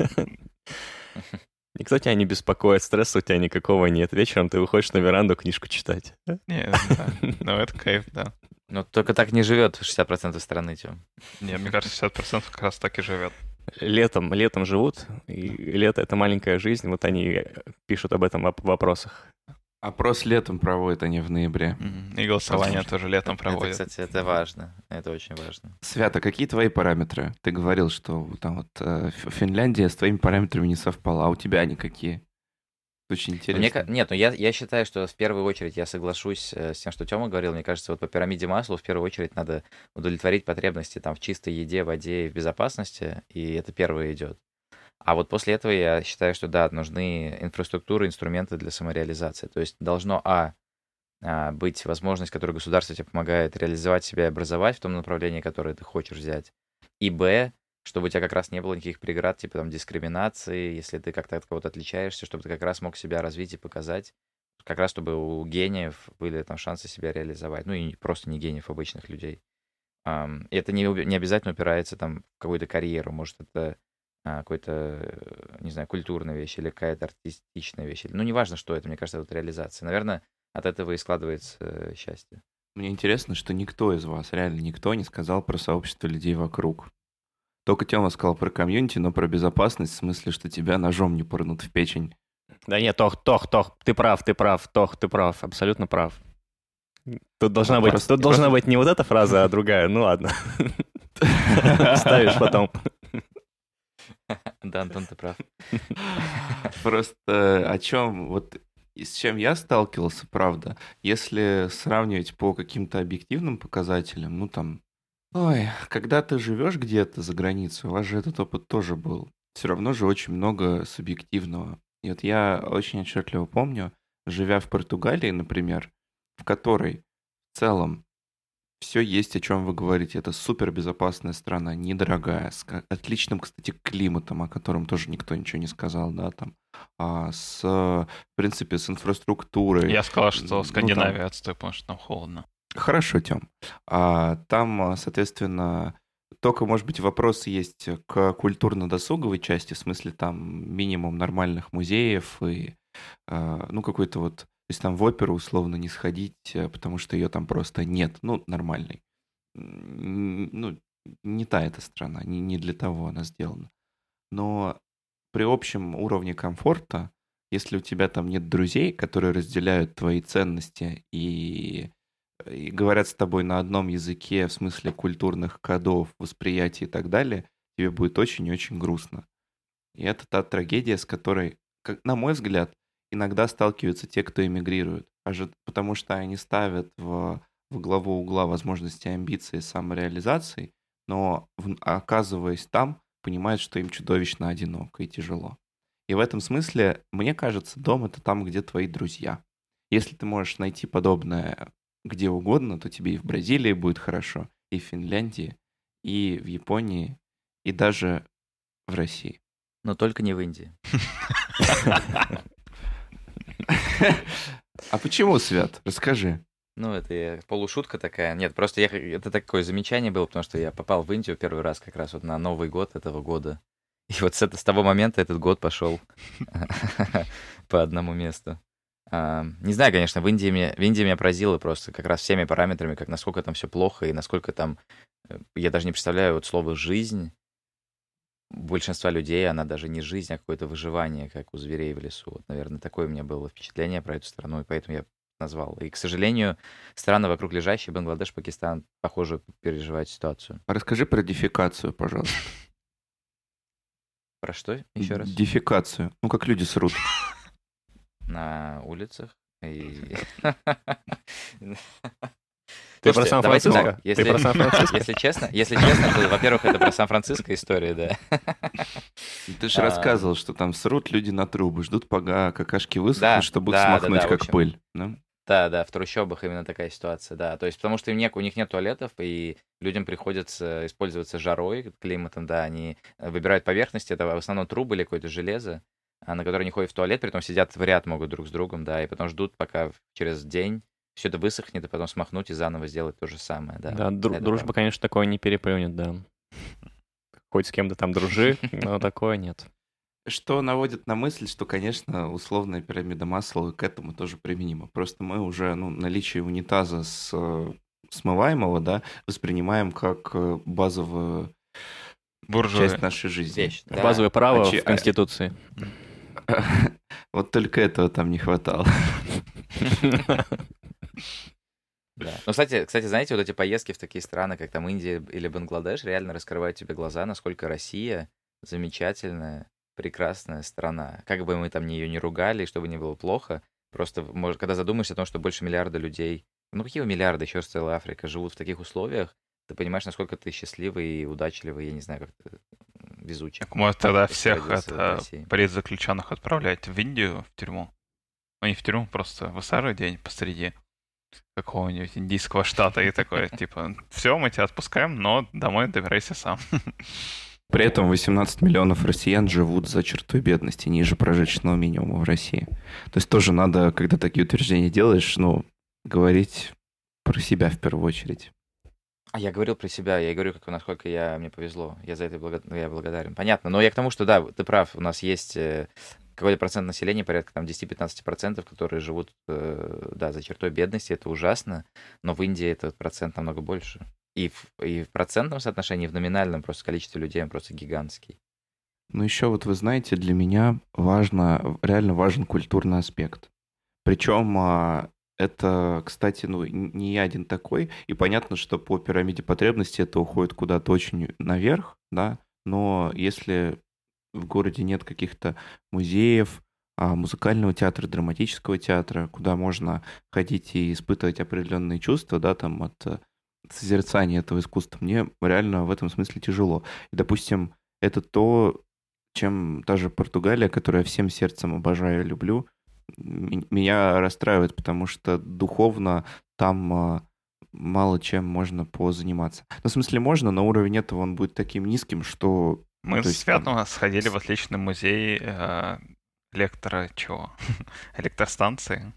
Никто тебя не беспокоит, стресса у тебя никакого нет. Вечером ты выходишь на веранду книжку читать. Не, да. Ну, это кайф, да. Но только так не живет шестьдесят процентов страны, Тём. Не, мне кажется, шестьдесят процентов как раз так и живет. Летом, летом живут, и лето — это маленькая жизнь, вот они пишут об этом в вопросах. Опрос летом проводят, а не в ноябре. Мгм. И голосование Возможно. тоже летом Это, проводят. кстати, это важно. Это очень важно. Свята, какие твои параметры? Ты говорил, что там вот э, Ф- Финляндия с твоими параметрами не совпала, а у тебя они какие? Очень Мне интересно. ка- нет, ну я, я считаю, что в первую очередь я соглашусь э, с тем, что Тёма говорил. Мне кажется, вот по пирамиде Маслоу в первую очередь надо удовлетворить потребности там в чистой еде, воде и в безопасности, и это первое идет. А вот после этого я считаю, что да, нужны инфраструктуры, инструменты для самореализации. То есть должно, а, а, быть возможность, которую государство тебе помогает реализовать себя и образовать в том направлении, которое ты хочешь взять. И б, чтобы у тебя как раз не было никаких преград, типа там дискриминации, если ты как-то от кого-то отличаешься, чтобы ты как раз мог себя развить и показать, как раз чтобы у гениев были там шансы себя реализовать. Ну и просто не гениев, обычных людей. Ам, И это не, уби- не обязательно упирается там в какую-то карьеру. Может, это а, какой-то, э, не знаю, культурная вещь или какая-то артистичная вещь. Ну, неважно, что это. Мне кажется, это вот реализация. Наверное, от этого и складывается э, счастье. Мне интересно, что никто из вас, реально никто не сказал про сообщество людей вокруг. Только Тёма сказал про комьюнити, но про безопасность, в смысле, что тебя ножом не пырнут в печень. Да нет, Тох, Тох, Тох, ты прав, ты прав, Тох, ты прав, абсолютно прав. Тут должна Ну, быть, просто- тут должна просто- быть не вот эта фраза, а другая. Ну ладно. Ставишь потом. Да, Антон, ты прав. Просто о чем, вот и с чем я сталкивался, правда, если сравнивать по каким-то объективным показателям, ну там, ой, когда ты живешь где-то за границей, у вас же этот опыт тоже был, все равно же очень много субъективного. И вот я очень отчетливо помню, живя в Португалии, например, в которой в целом все есть, о чем вы говорите. Это супер безопасная страна, недорогая, с ка- отличным, кстати, климатом, о котором тоже никто ничего не сказал, да, там, а, с, в принципе, с инфраструктурой. Я сказал, что Ну, там- Скандинавия отстой, потому что там холодно. Хорошо, Тём. А, там, а, соответственно, только, может быть, вопросы есть к культурно-досуговой части, в смысле, там, минимум нормальных музеев и, а, ну, какой-то вот, то есть там в оперу условно не сходить, а, потому что ее там просто нет, ну, нормальной. М, Ну, не та эта страна, не, не для того она сделана. Но при общем уровне комфорта, если у тебя там нет друзей, которые разделяют твои ценности и, и говорят с тобой на одном языке в смысле культурных кодов, восприятия и так далее, тебе будет очень и очень грустно. И это та трагедия, с которой, как, на мой взгляд, иногда сталкиваются те, кто эмигрирует, потому что они ставят в, в главу угла возможности амбиций и самореализации, но, оказываясь там, понимают, что им чудовищно одиноко и тяжело. И в этом смысле, мне кажется, дом — это там, где твои друзья. Если ты можешь найти подобное где угодно, то тебе и в Бразилии будет хорошо, и в Финляндии, и в Японии, и даже в России. Но только не в Индии. А почему, Свят? Расскажи. Ну, это полушутка такая. Нет, просто я, это такое замечание было, потому что я попал в Индию первый раз как раз вот на Новый год этого года. И вот с, это, с того момента этот год пошел по одному месту. А, не знаю, конечно, в Индии, меня, в Индии меня поразило просто как раз всеми параметрами, как насколько там все плохо и насколько там... Я даже не представляю вот слово «жизнь». У большинства людей она даже не жизнь, а какое-то выживание, как у зверей в лесу. Вот, наверное, такое у меня было впечатление про эту страну, и поэтому я назвал. И, к сожалению, страны вокруг лежащие, Бангладеш, Пакистан, похоже, переживают ситуацию. Расскажи про дефекацию, пожалуйста. Про что? Еще раз? Дефекацию. Ну, как люди срут. На улицах. И... Ты про Сан-Франциско? Если, Ты про Сан-Франциско? Если честно, если честно, то, во-первых, это про Сан-Франциско история, да. Ты же рассказывал, что там срут люди на трубы, ждут, пока какашки высохнут, Да, чтобы их да, да, смахнуть да, в как общем. пыль. Да? Да, да, в трущобах именно такая ситуация, да. То есть, потому что у них, у них нет туалетов, и людям приходится использоваться жарой, климатом, да, они выбирают поверхности, это в основном трубы или какое-то железо, на которые они ходят в туалет, притом сидят в ряд могут друг с другом, да, и потом ждут, пока через день все это высохнет, и потом смахнуть и заново сделать то же самое, да. Да, дру- Это дружба, правда. конечно, такое не переплюнет, да. Хоть с кем-то там дружи, но такое нет. Что наводит на мысль, что, конечно, условная пирамида Маслоу к этому тоже применима. Просто мы уже ну, наличие унитаза с, смываемого, да, воспринимаем как базовую Буржуи. часть нашей жизни. Вещь, да. Базовое право А че- в Конституции. Вот только этого там не хватало. Да. Ну, кстати, кстати, знаете, вот эти поездки в такие страны, как там Индия или Бангладеш, реально раскрывают тебе глаза, насколько Россия замечательная, прекрасная страна. Как бы мы там ее не ругали, и чтобы не было плохо, просто, может, когда задумаешься о том, что больше миллиарда людей, ну какие миллиарды, еще раз целая Африка, живут в таких условиях, ты понимаешь, насколько ты счастливый и удачливый, я не знаю, как ты везучий. Так может тогда Если всех родился в это, России. политзаключенных отправлять в Индию, в тюрьму? Ну не в тюрьму, просто высаживать день посреди какого-нибудь индийского штата и такое, типа, все, мы тебя отпускаем, но домой добирайся сам. При этом восемнадцать миллионов россиян живут за чертой бедности, ниже прожиточного минимума в России. То есть тоже надо, когда такие утверждения делаешь, ну, говорить про себя в первую очередь. А я говорил про себя, я говорю, как, насколько я, мне повезло. Я за это благо- я благодарен. Понятно, но я к тому, что да, ты прав, у нас есть э, какой-то процент населения, порядка там десять-пятнадцать процентов, которые живут, э, да, за чертой бедности, это ужасно, но в Индии этот процент намного больше. И в, и в процентном соотношении, и в номинальном просто количестве людей он просто гигантский. Но еще вот вы знаете, для меня важно, реально важен культурный аспект. Причем а, это, кстати, ну, не я один такой, и понятно, что по пирамиде потребностей это уходит куда-то очень наверх, да, но если в городе нет каких-то музеев, а, музыкального театра, драматического театра, куда можно ходить и испытывать определенные чувства, да, там от созерцания этого искусства, мне реально в этом смысле тяжело. И, допустим, это то, чем та же Португалия, которую я всем сердцем обожаю и люблю, м- меня расстраивает, потому что духовно там а, мало чем можно позаниматься. Ну, в смысле, можно, но уровень этого он будет таким низким, что... Мы то с есть там- Святом сходили в отличный музей э, электро... чего? Электростанции.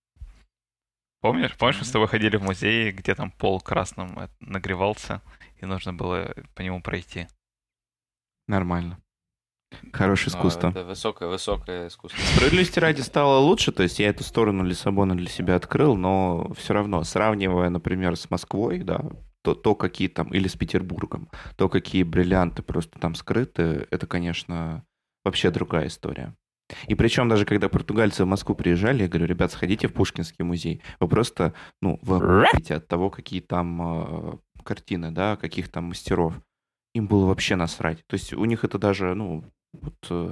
Помнишь, помнишь, мы с тобой ходили в музей, где там пол красным э, нагревался, и нужно было по нему пройти. Нормально. Хорошее Но искусство. это высокое, высокое искусство. Справедливости ради стало лучше, то есть я эту сторону Лиссабона для себя открыл, но все равно, сравнивая, например, с Москвой, да, то, то какие там, или с Петербургом, то, какие бриллианты просто там скрыты, это, конечно, вообще другая история. И причем даже когда португальцы в Москву приезжали, я говорю, ребят, сходите в Пушкинский музей, вы просто, ну, вы охуеете от того, какие там э, картины, да, каких там мастеров. Им было вообще насрать. То есть у них это даже, ну, вот, э,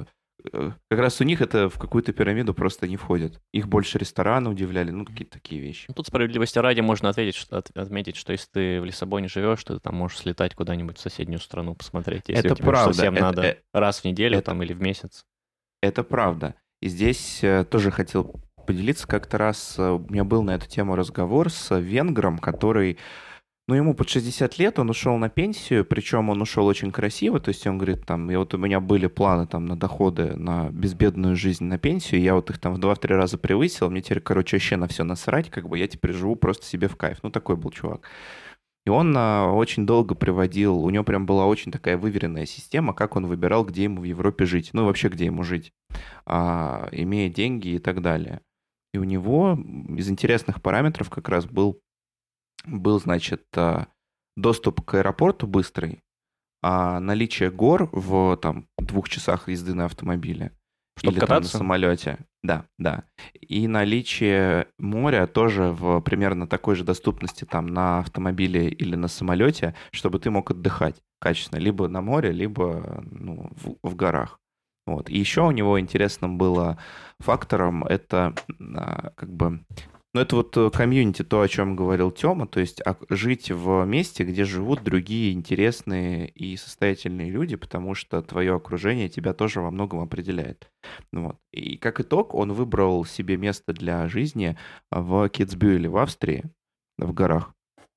э, как раз у них это в какую-то пирамиду просто не входит. Их больше рестораны удивляли, ну, какие-то такие вещи. Ну, тут справедливости ради можно ответить, что, от- отметить, что если ты в Лиссабоне живешь, то ты там можешь слетать куда-нибудь в соседнюю страну посмотреть, если Это у тебя уж правда, совсем это- надо э, раз в неделю это- там или в месяц. Это правда. И здесь э, тоже хотел поделиться. Как-то раз э, у меня был на эту тему разговор с венгром, который, ну, ему под шестьдесят лет, он ушел на пенсию, причем он ушел очень красиво, то есть он говорит, там, и вот у меня были планы там на доходы, на безбедную жизнь на пенсию, я вот их там в два-три раза превысил, мне теперь, короче, вообще на все насрать, как бы я теперь живу просто себе в кайф. Ну, такой был чувак. И он а, очень долго приводил, у него прям была очень такая выверенная система, как он выбирал, где ему в Европе жить, ну и вообще, где ему жить, а, имея деньги и так далее. И у него из интересных параметров как раз был, был значит, а, доступ к аэропорту быстрый, а наличие гор в там, двух часах езды на автомобиле. Чтоб или там на кататься? самолете. Да, да. И наличие моря тоже в примерно такой же доступности там на автомобиле или на самолете, чтобы ты мог отдыхать качественно, либо на море, либо ну, в, в горах. Вот. И еще у него интересным было фактором это а, как бы ну, это вот э, комьюнити, то, о чем говорил Тёма, то есть а, жить в месте, где живут другие интересные и состоятельные люди, потому что твое окружение тебя тоже во многом определяет. Ну вот. И как итог, он выбрал себе место для жизни в Китсбюэле в Австрии, в горах.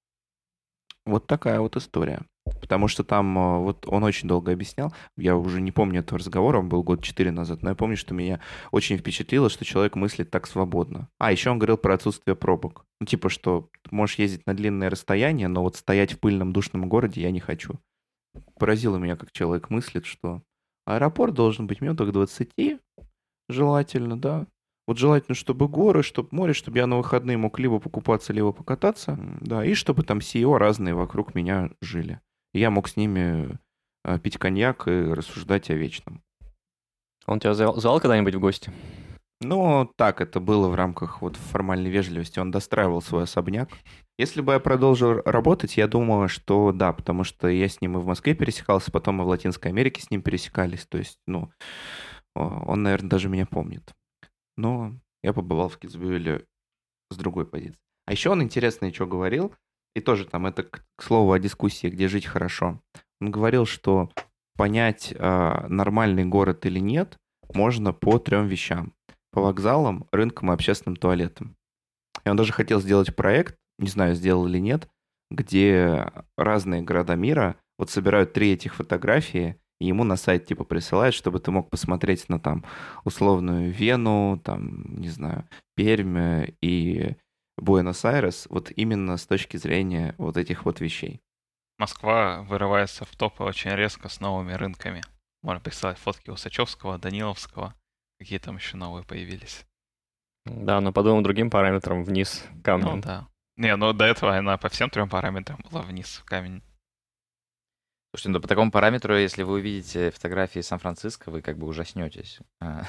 Вот такая вот история. Потому что там э, вот он очень долго объяснял, я уже не помню этого разговора, он был год четыре назад, но я помню, что меня очень впечатлило, что человек мыслит так свободно. А, еще он говорил про отсутствие пробок. Ну, типа, что ты можешь ездить на длинные расстояния, но вот стоять в пыльном душном городе я не хочу. Поразило меня, как человек мыслит, что аэропорт должен быть минутах двадцати, желательно, да. Вот желательно, чтобы горы, чтобы море, чтобы я на выходные мог либо покупаться, либо покататься, м, да, и чтобы там си и о разные вокруг меня жили. И я мог с ними э, пить коньяк и рассуждать о вечном. Он тебя звал, звал когда-нибудь в гости? Ну, так это было в рамках вот формальной вежливости. Он достраивал свой особняк. Если бы я продолжил работать, я думаю, что да, потому что я с ним и в Москве пересекался, потом мы в Латинской Америке с ним пересекались. То есть, ну, о, он, наверное, даже меня помнит. Но я побывал в Китсбюэле с другой позиции. А еще он интересно что говорил, и тоже там это, к, к слову, о дискуссии, где жить хорошо. Он говорил, что понять, э, нормальный город или нет, можно по трем вещам. По вокзалам, рынкам и общественным туалетам. И он даже хотел сделать проект, не знаю, сделал или нет, где разные города мира вот собирают три этих фотографии, и ему на сайт типа присылают, чтобы ты мог посмотреть на там условную Вену, там, не знаю, Пермь и Буэнос-Айрес, вот именно с точки зрения вот этих вот вещей. Москва вырывается в топы очень резко с новыми рынками. Можно присылать фотки Усачевского, Даниловского. Какие там еще новые появились. Да, но по двум другим параметрам вниз камнем. Ну да. Не, ну до этого она по всем трем параметрам была вниз в камень. Слушайте, ну по такому параметру, если вы увидите фотографии Сан-Франциско, вы как бы ужаснетесь. А,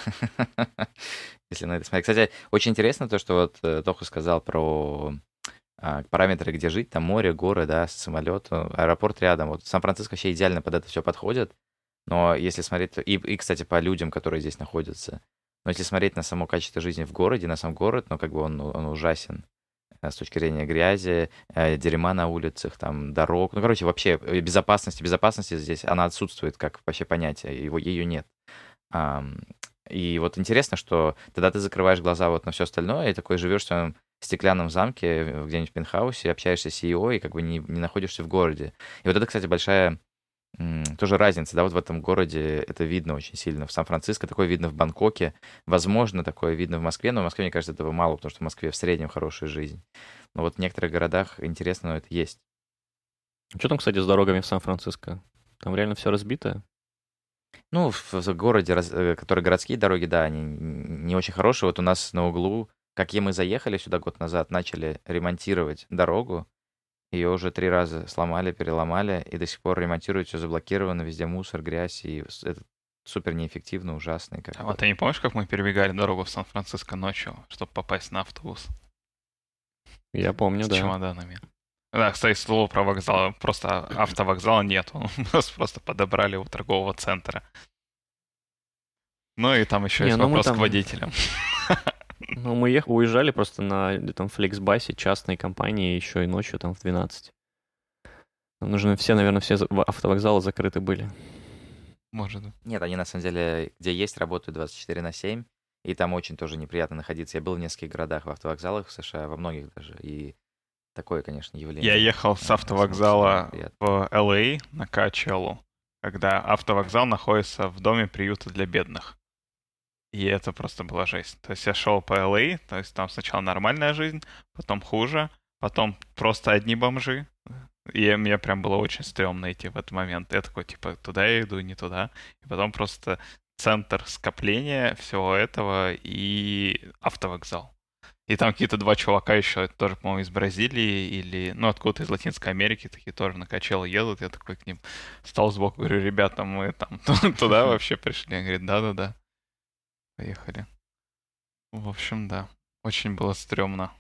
Если на это смотреть. Кстати, очень интересно то, что вот э, Тоха сказал про а, параметры, где жить, там море, горы, да, самолет, э, аэропорт рядом. Вот Сан-Франциско вообще идеально под это все подходит. Но если смотреть, и, и, кстати, по людям, которые здесь находятся, но если смотреть на само качество жизни в городе, на сам город, ну, как бы он, он ужасен э, с точки зрения грязи, э, дерьма на улицах, там, дорог. Ну, короче, вообще э, безопасности, безопасности здесь, она отсутствует как вообще понятие, его, ее нет. Ам, И вот интересно, что тогда ты закрываешь глаза вот на все остальное, и такой живешь в своем стеклянном замке э, где-нибудь в пентхаусе, общаешься с си и о, и как бы не, не находишься в городе. И вот это, кстати, большая м, тоже разница, да, вот в этом городе это видно очень сильно. В Сан-Франциско такое видно в Бангкоке, возможно, такое видно в Москве, но в Москве, мне кажется, этого мало, потому что в Москве в среднем хорошая жизнь. Но вот в некоторых городах интересно, но это есть. Что там, кстати, с дорогами в Сан-Франциско? Там реально все разбито? Ну, в, в городе, раз- э, которые городские дороги, да, они н- не очень хорошие. Вот у нас на углу, как и мы заехали сюда год назад, начали ремонтировать дорогу. Ее уже три раза сломали, переломали, и до сих пор ремонтируют, все заблокировано, везде мусор, грязь, и с- это супер неэффективно, ужасно. и Как А бы. вот ты не помнишь, как мы перебегали дорогу в Сан-Франциско ночью, чтобы попасть на автобус Я помню, с да. чемоданами? Да, кстати, слово про вокзал. Просто автовокзала нет. Нас просто подобрали у торгового центра. Ну и там еще Не, есть ну мы вопрос к там- водителям. Ну, мы ех- уезжали просто на э, там фликсбасе частной компании еще и ночью там в двенадцать. Нам нужно все, наверное, все за- в- автовокзалы закрыты были. Может быть. Нет, они на самом деле, где есть, работают двадцать четыре на семь, и там очень тоже неприятно находиться. Я был в нескольких городах, в автовокзалах в США, во многих даже, и такое, конечно, явление. Я ехал с э, автовокзала особенно неприятно. в Эл Эй на Качеллу, когда автовокзал находится в доме приюта для бедных. И это просто была жесть. То есть я шел по Эл Эй, то есть там сначала нормальная жизнь, потом хуже, потом просто одни бомжи. И мне прям было очень стрёмно идти в этот момент. Я такой, типа, туда я иду, не туда. И потом просто центр скопления всего этого и автовокзал. И там какие-то два чувака еще, это тоже, по-моему, из Бразилии или, ну, откуда-то из Латинской Америки, такие тоже на качело едут. Я такой к ним стал сбоку, говорю, ребята, мы там туда вообще пришли. Они говорят, да-да-да, поехали. В общем, да, очень было стрёмно.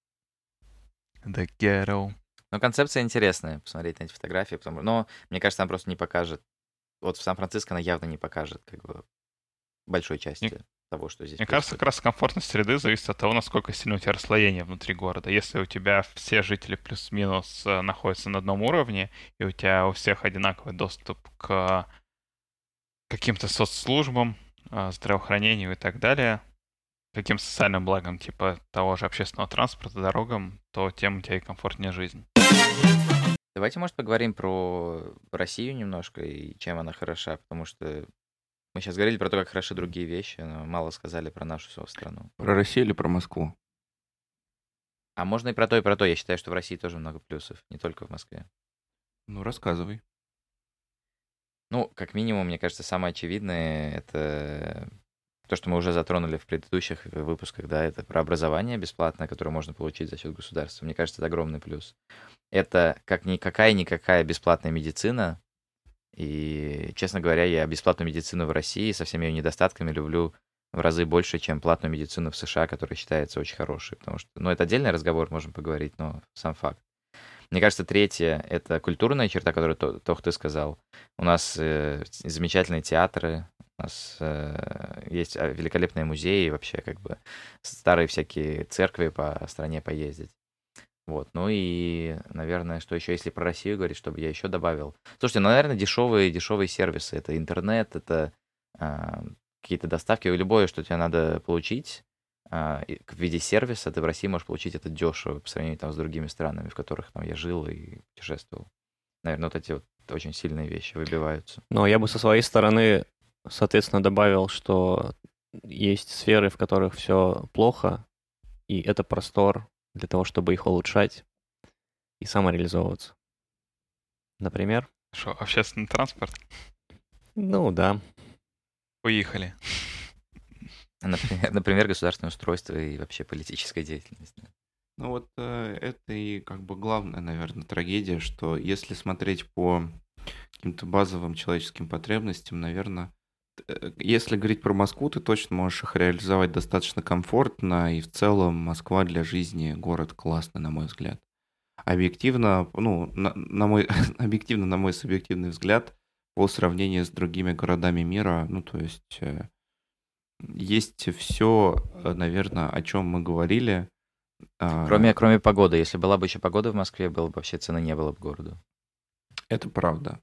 The ghetto. Но концепция интересная, посмотреть на эти фотографии, потому... но мне кажется, она просто не покажет. Вот в Сан-Франциско она явно не покажет как бы большой части того, что здесь Мне кажется, как происходит. раз комфортность среды зависит от того, насколько сильно у тебя расслоение внутри города. Если у тебя все жители плюс-минус э, находятся на одном уровне, и у тебя у всех одинаковый доступ к каким-то соцслужбам, э, здравоохранению и так далее, каким социальным благам, типа того же общественного транспорта, дорогам, то тем у тебя и комфортнее жизнь. Давайте, может, поговорим про Россию немножко и чем она хороша, потому что мы сейчас говорили про то, как хороши другие вещи, но мало сказали про нашу свою страну. Про Россию или про Москву? А можно и про то, и про то. Я считаю, что в России тоже много плюсов, не только в Москве. Ну, рассказывай. Ну, как минимум, мне кажется, самое очевидное — это то, что мы уже затронули в предыдущих выпусках, да, это про образование бесплатное, которое можно получить за счет государства. Мне кажется, это огромный плюс. Это как никакая-никакая бесплатная медицина. И, честно говоря, я бесплатную медицину в России со всеми ее недостатками люблю в разы больше, чем платную медицину в США, которая считается очень хорошей. Потому что, ну, это отдельный разговор, можем поговорить, но сам факт. Мне кажется, третье — это культурная черта, которую то, то, ты сказал. У нас э, замечательные театры, у нас э, есть а, великолепные музеи, вообще как бы старые всякие церкви по стране поездить. Вот, ну и, наверное, что еще, если про Россию говорить, чтобы я еще добавил. Слушайте, ну, наверное, дешевые, дешевые сервисы. Это интернет, это а, какие-то доставки, любое, что тебе надо получить а, и в виде сервиса, ты в России можешь получить это дешево по сравнению там с другими странами, в которых там я жил и путешествовал. Наверное, вот эти вот очень сильные вещи выбиваются. Но я бы со своей стороны, соответственно, добавил, что есть сферы, в которых все плохо, и это простор для того, чтобы их улучшать и самореализовываться. Например? Что, общественный транспорт? Ну да. Уехали. Например, например, государственное устройство и вообще политическая деятельность. Ну вот э, это и как бы главная, наверное, трагедия, что если смотреть по каким-то базовым человеческим потребностям, наверное, э, если говорить про Москву, ты точно можешь их реализовать достаточно комфортно, и в целом Москва для жизни город классный, на мой взгляд. Объективно, ну, на, на мой, объективно, на мой субъективный взгляд, по сравнению с другими городами мира, ну, то есть э, есть все, наверное, о чем мы говорили. Кроме, кроме погоды. Если была бы еще погода в Москве, было бы вообще цены не было бы городу. Это правда.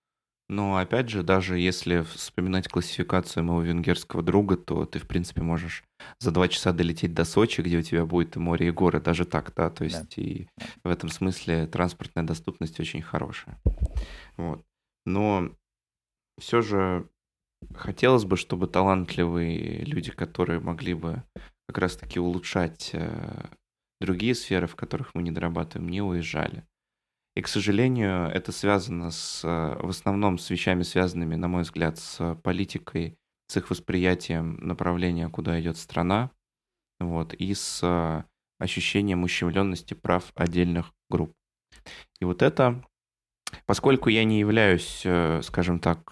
Но опять же, даже если вспоминать классификацию моего венгерского друга, то ты, в принципе, можешь за два часа долететь до Сочи, где у тебя будет и море, и горы, даже так, да, то есть Да. и в этом смысле транспортная доступность очень хорошая. Вот. Но все же хотелось бы, чтобы талантливые люди, которые могли бы как раз-таки улучшать э, другие сферы, в которых мы не дорабатываем, не уезжали. И, к сожалению, это связано с, в основном с вещами, связанными, на мой взгляд, с политикой, с их восприятием направления, куда идет страна, вот, и с ощущением ущемленности прав отдельных групп. И вот это, поскольку я не являюсь, скажем так,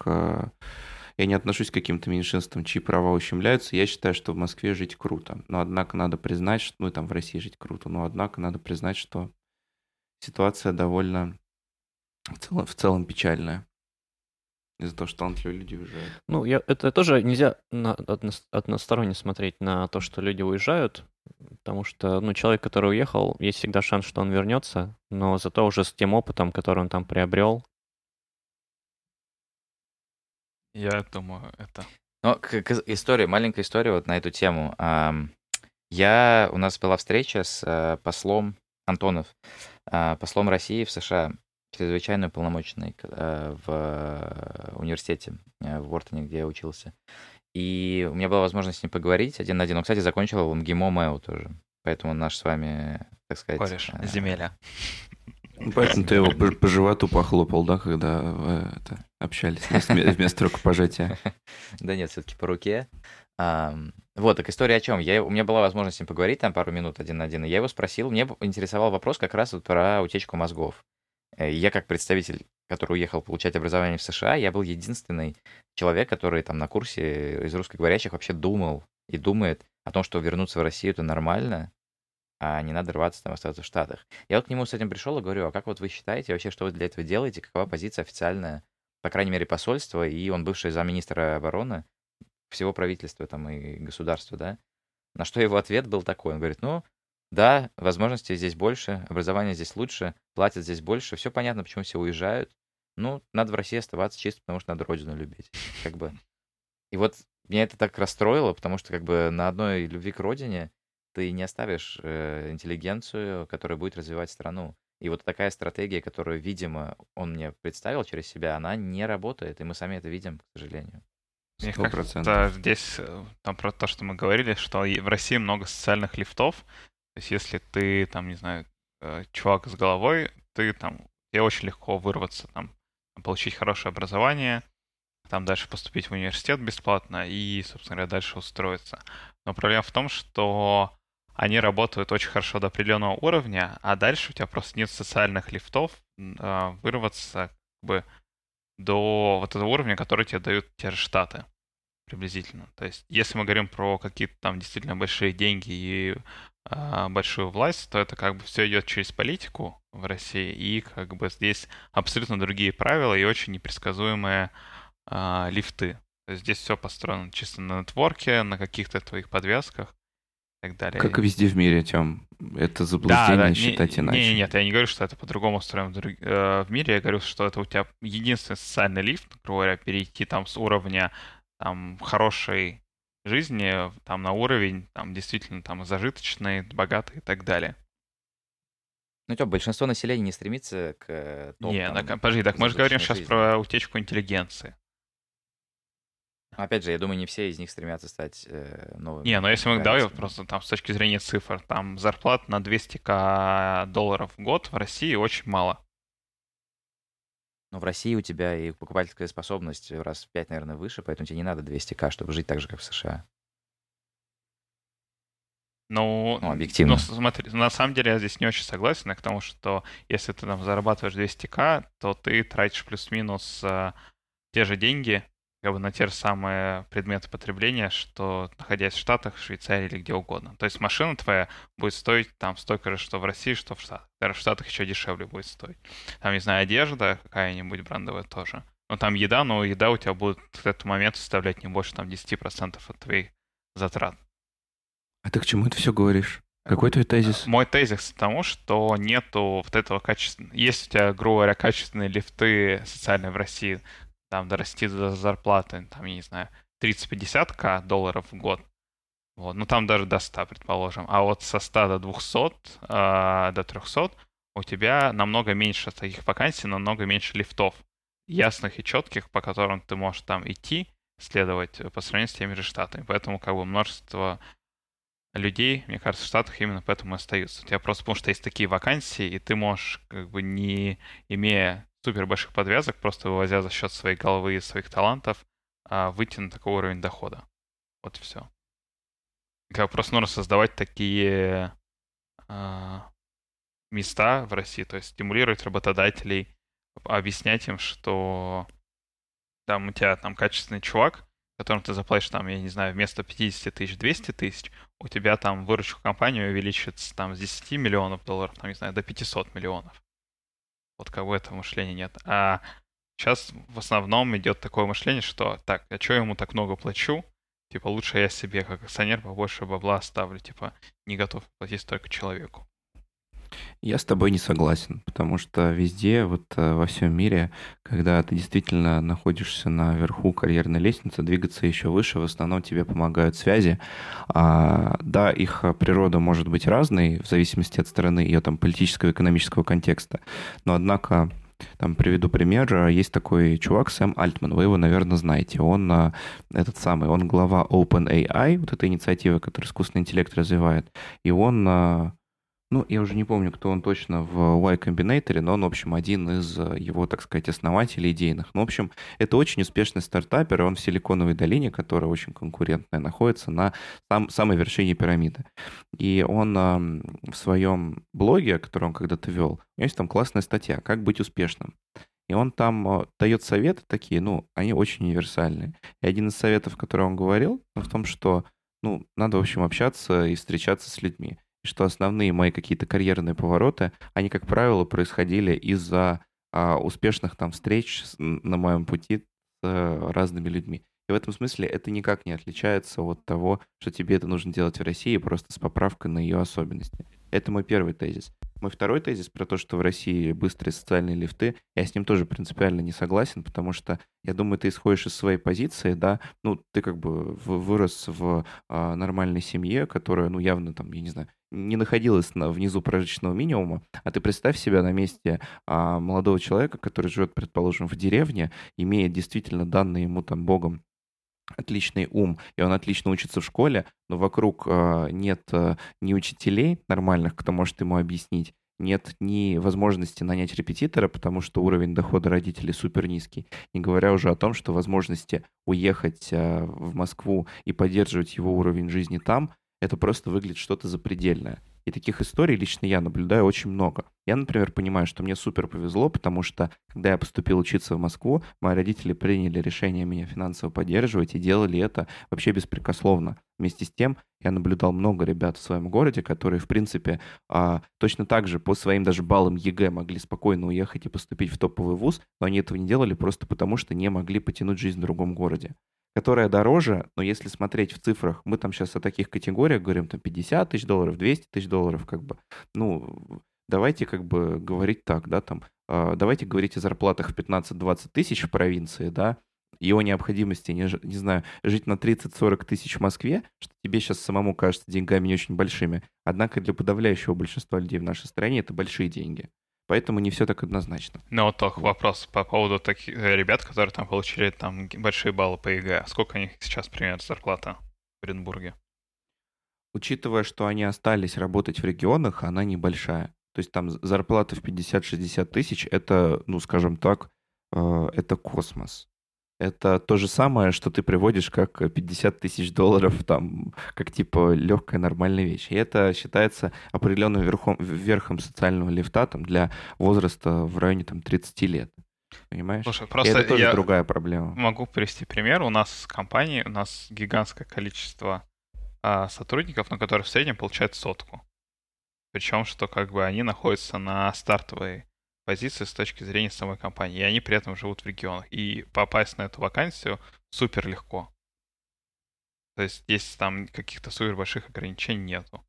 я не отношусь к каким-то меньшинствам, чьи права ущемляются, я считаю, что в Москве жить круто. Но, однако, надо признать, что, ну, и там в России жить круто, но, однако, надо признать, что ситуация довольно в целом, в целом печальная. из-за того, что талантливые люди уезжают. Ну, я, это тоже нельзя на, одно- односторонне смотреть на то, что люди уезжают, потому что, ну, человек, который уехал, есть всегда шанс, что он вернется, но зато уже с тем опытом, который он там приобрел. Я думаю, это... Ну, к- к- история, маленькая история вот на эту тему. Ам, Я, у нас была встреча с э, послом Антонов, э, послом России в США, чрезвычайно уполномоченный э, в э, университете э, в Уортоне, где я учился. И у меня была возможность с ним поговорить один на один. Он, кстати, закончил в МГИМО МЭУ тоже. Поэтому наш с вами, так сказать... Кореш, э, земеля. Поэтому ты его по, по животу похлопал, да, когда вы это, общались вместо, вместо рукопожатия? Да нет, все-таки по руке. Ам, Вот, так история о чем? Я, у меня была возможность с ним поговорить там пару минут один на один, и я его спросил, мне б- интересовал вопрос как раз вот про утечку мозгов. Э, Я как представитель, который уехал получать образование в США, я был единственный человек, который там на курсе из русскоговорящих вообще думал и думает о том, что вернуться в Россию это нормально, а не надо рваться там остаться в Штатах. Я вот к нему с этим пришел и говорю, а как вот вы считаете вообще, что вы для этого делаете, какова позиция официальная, по крайней мере, посольства, и он бывший замминистра обороны всего правительства там и государства, да? На что его ответ был такой, он говорит, ну, да, возможностей здесь больше, образование здесь лучше, платят здесь больше, все понятно, почему все уезжают. Ну, надо в России оставаться чисто, потому что надо родину любить, как бы. И вот меня это так расстроило, потому что как бы на одной любви к родине ты не оставишь э, интеллигенцию, которая будет развивать страну. И вот такая стратегия, которую, видимо, он мне представил через себя, она не работает, и мы сами это видим, к сожалению. Мне Сто кажется, процентов. здесь э, там про то, что мы говорили, что и в России много социальных лифтов. То есть если ты, там, не знаю, э, чувак с головой, ты там, тебе очень легко вырваться, там, получить хорошее образование, там дальше поступить в университет бесплатно и, собственно говоря, дальше устроиться. Но проблема в том, что они работают очень хорошо до определенного уровня, а дальше у тебя просто нет социальных лифтов м, а, вырваться как бы до вот этого уровня, который тебе дают те же Штаты приблизительно. То есть, если мы говорим про какие-то там действительно большие деньги и а, большую власть, то это как бы все идет через политику в России, и как бы здесь абсолютно другие правила и очень непредсказуемые а, лифты. То есть здесь все построено чисто на нетворке, на каких-то твоих подвязках и так далее. Как и везде в мире, Тем. Это Да, заблуждение да, не, считать не, иначе. нет, я не говорю, что это по-другому устроено в, друг- э, в мире, я говорю, что это у тебя единственный социальный лифт, грубо говоря, перейти там с уровня там хорошей жизни там на уровень там действительно там зажиточный, богатый и так далее. Ну, тё, большинство населения не стремится к э, топ, Не, там, так, подожди, так мы же говорим зажиточной сейчас жизни. про утечку интеллигенции. Опять же, я думаю, не все из них стремятся стать э, новыми. Не, но если мы, давай Гаррисонами. просто там с точки зрения цифр, там зарплата на двести тысяч долларов в год в России очень мало. Но в России у тебя и покупательская способность раз в пять, наверное, выше, поэтому тебе не надо двести тысяч, чтобы жить так же, как в США. Ну, Ну, объективно. ну, смотри, на самом деле я здесь не очень согласен, потому что если ты там зарабатываешь двести тысяч, то ты тратишь плюс-минус э, те же деньги как бы на те же самые предметы потребления, что находясь в Штатах, в Швейцарии или где угодно. То есть машина твоя будет стоить там столько же, что в России, что в Штатах. Даже в Штатах еще дешевле будет стоить. Там, не знаю, одежда какая-нибудь брендовая тоже. Ну, там еда, но еда у тебя будет к этому моменту составлять не больше там десять процентов от твоих затрат. А ты к чему это все говоришь? Какой твой тезис? Мой тезис к тому, что нету вот этого качественного... Есть у тебя, грубо говоря, качественные лифты социальные в России, там дорасти до зарплаты, там, я не знаю, тридцать-пятьдесят тысяч долларов в год. Вот. Ну, там даже до ста, предположим. А вот со ста до двухсот, э, до трехсот у тебя намного меньше таких вакансий, намного меньше лифтов. Ясных и четких, по которым ты можешь там идти, следовать по сравнению с теми же штатами. Поэтому как бы множество людей, мне кажется, в Штатах именно поэтому и остаются. У тебя просто потому что есть такие вакансии, и ты можешь, как бы не имея супер больших подвязок, просто вывозя за счет своей головы и своих талантов, а, выйти на такой уровень дохода. Вот и все. Как бы просто нужно создавать такие а, места в России, то есть стимулировать работодателей, объяснять им, что там у тебя там качественный чувак, которому ты заплатишь там, я не знаю, вместо пятьдесят тысяч двести тысяч, у тебя там выручка компании увеличится там с десяти миллионов долларов, там, не знаю, до пятисот миллионов. Вот как бы этого мышления нет. А сейчас в основном идет такое мышление, что так, а что я ему так много плачу? Типа, лучше я себе как акционер побольше бабла оставлю. Типа, не готов платить столько человеку. Я с тобой не согласен, потому что везде, вот э, во всем мире, когда ты действительно находишься наверху карьерной лестницы, двигаться еще выше, в основном тебе помогают связи. А, да, их э, природа может быть разной в зависимости от страны, ее там политического, экономического контекста, но однако, там приведу пример, э, есть такой чувак Сэм Альтман, вы его, наверное, знаете, он э, этот самый, он глава OpenAI, вот этой инициативы, которая искусственный интеллект развивает, и он э, ну, я уже не помню, кто он точно в Y Combinator, но он, в общем, один из э, его, так сказать, основателей идейных. Ну, в общем, это очень успешный стартапер, и он в Силиконовой долине, которая очень конкурентная, находится на сам, самой вершине пирамиды. И он э, в своем блоге, который он когда-то вел, у него есть там классная статья «Как быть успешным». И он там э, дает советы такие, ну, они очень универсальные. И один из советов, который он говорил, в том, что, ну, надо, в общем, общаться и встречаться с людьми. И что основные мои какие-то карьерные повороты, они, как правило, происходили из-за а, успешных там встреч с- на моем пути с э, разными людьми. И в этом смысле это никак не отличается от того, что тебе это нужно делать в России, просто с поправкой на ее особенности. Это мой первый тезис. Мой второй тезис про то, что в России быстрые социальные лифты, я с ним тоже принципиально не согласен, потому что, я думаю, ты исходишь из своей позиции, да, ну, ты как бы в- вырос в а, нормальной семье, которая, ну, явно там, я не знаю, не находилась на, внизу прожиточного минимума, а ты представь себя на месте а, молодого человека, который живет, предположим, в деревне, имеет действительно данные ему там Богом отличный ум, и он отлично учится в школе, но вокруг э, нет э, ни учителей нормальных, кто может ему объяснить, нет ни возможности нанять репетитора, потому что уровень дохода родителей супер низкий, не говоря уже о том, что возможности уехать э, в Москву и поддерживать его уровень жизни там, это просто выглядит что-то запредельное. И таких историй лично я наблюдаю очень много. Я, например, понимаю, что мне супер повезло, потому что, когда я поступил учиться в Москву, мои родители приняли решение меня финансово поддерживать и делали это вообще беспрекословно. Вместе с тем, я наблюдал много ребят в своем городе, которые, в принципе, а, точно так же по своим даже баллам ЕГЭ могли спокойно уехать и поступить в топовый вуз, но они этого не делали просто потому, что не могли потянуть жизнь в другом городе, которая дороже, но если смотреть в цифрах, мы там сейчас о таких категориях говорим, там пятьдесят тысяч долларов, двести тысяч долларов, как бы, ну, давайте как бы говорить так, да, там, э, давайте говорить о зарплатах в пятнадцать-двадцать тысяч в провинции, да, и о необходимости, не, ж- не знаю, жить на тридцать-сорок тысяч в Москве, что тебе сейчас самому кажется деньгами не очень большими, однако для подавляющего большинства людей в нашей стране это большие деньги. Поэтому не все так однозначно. Ну вот только Вот. вопрос по поводу таких э, ребят, которые там получили там г- большие баллы по ЕГЭ. Сколько у них сейчас примерно зарплата в Оренбурге? Учитывая, что они остались работать в регионах, она небольшая. То есть там з- зарплата в пятьдесят-шестьдесят тысяч, это, ну, скажем так, э, это космос. Это то же самое, что ты приводишь как пятьдесят тысяч долларов, там, как типа легкая нормальная вещь. И это считается определенным верхом, верхом социального лифта там, для возраста в районе там, тридцати лет. Понимаешь? Слушай, И просто это тоже я другая проблема. могу привести пример. У нас в компании, у нас гигантское количество а, сотрудников, на которые в среднем получают сотку. Причем, что как бы они находятся на стартовой позиции с точки зрения самой компании, и они при этом живут в регионах. И попасть на эту вакансию супер легко. То есть здесь там каких-то супер больших ограничений нету.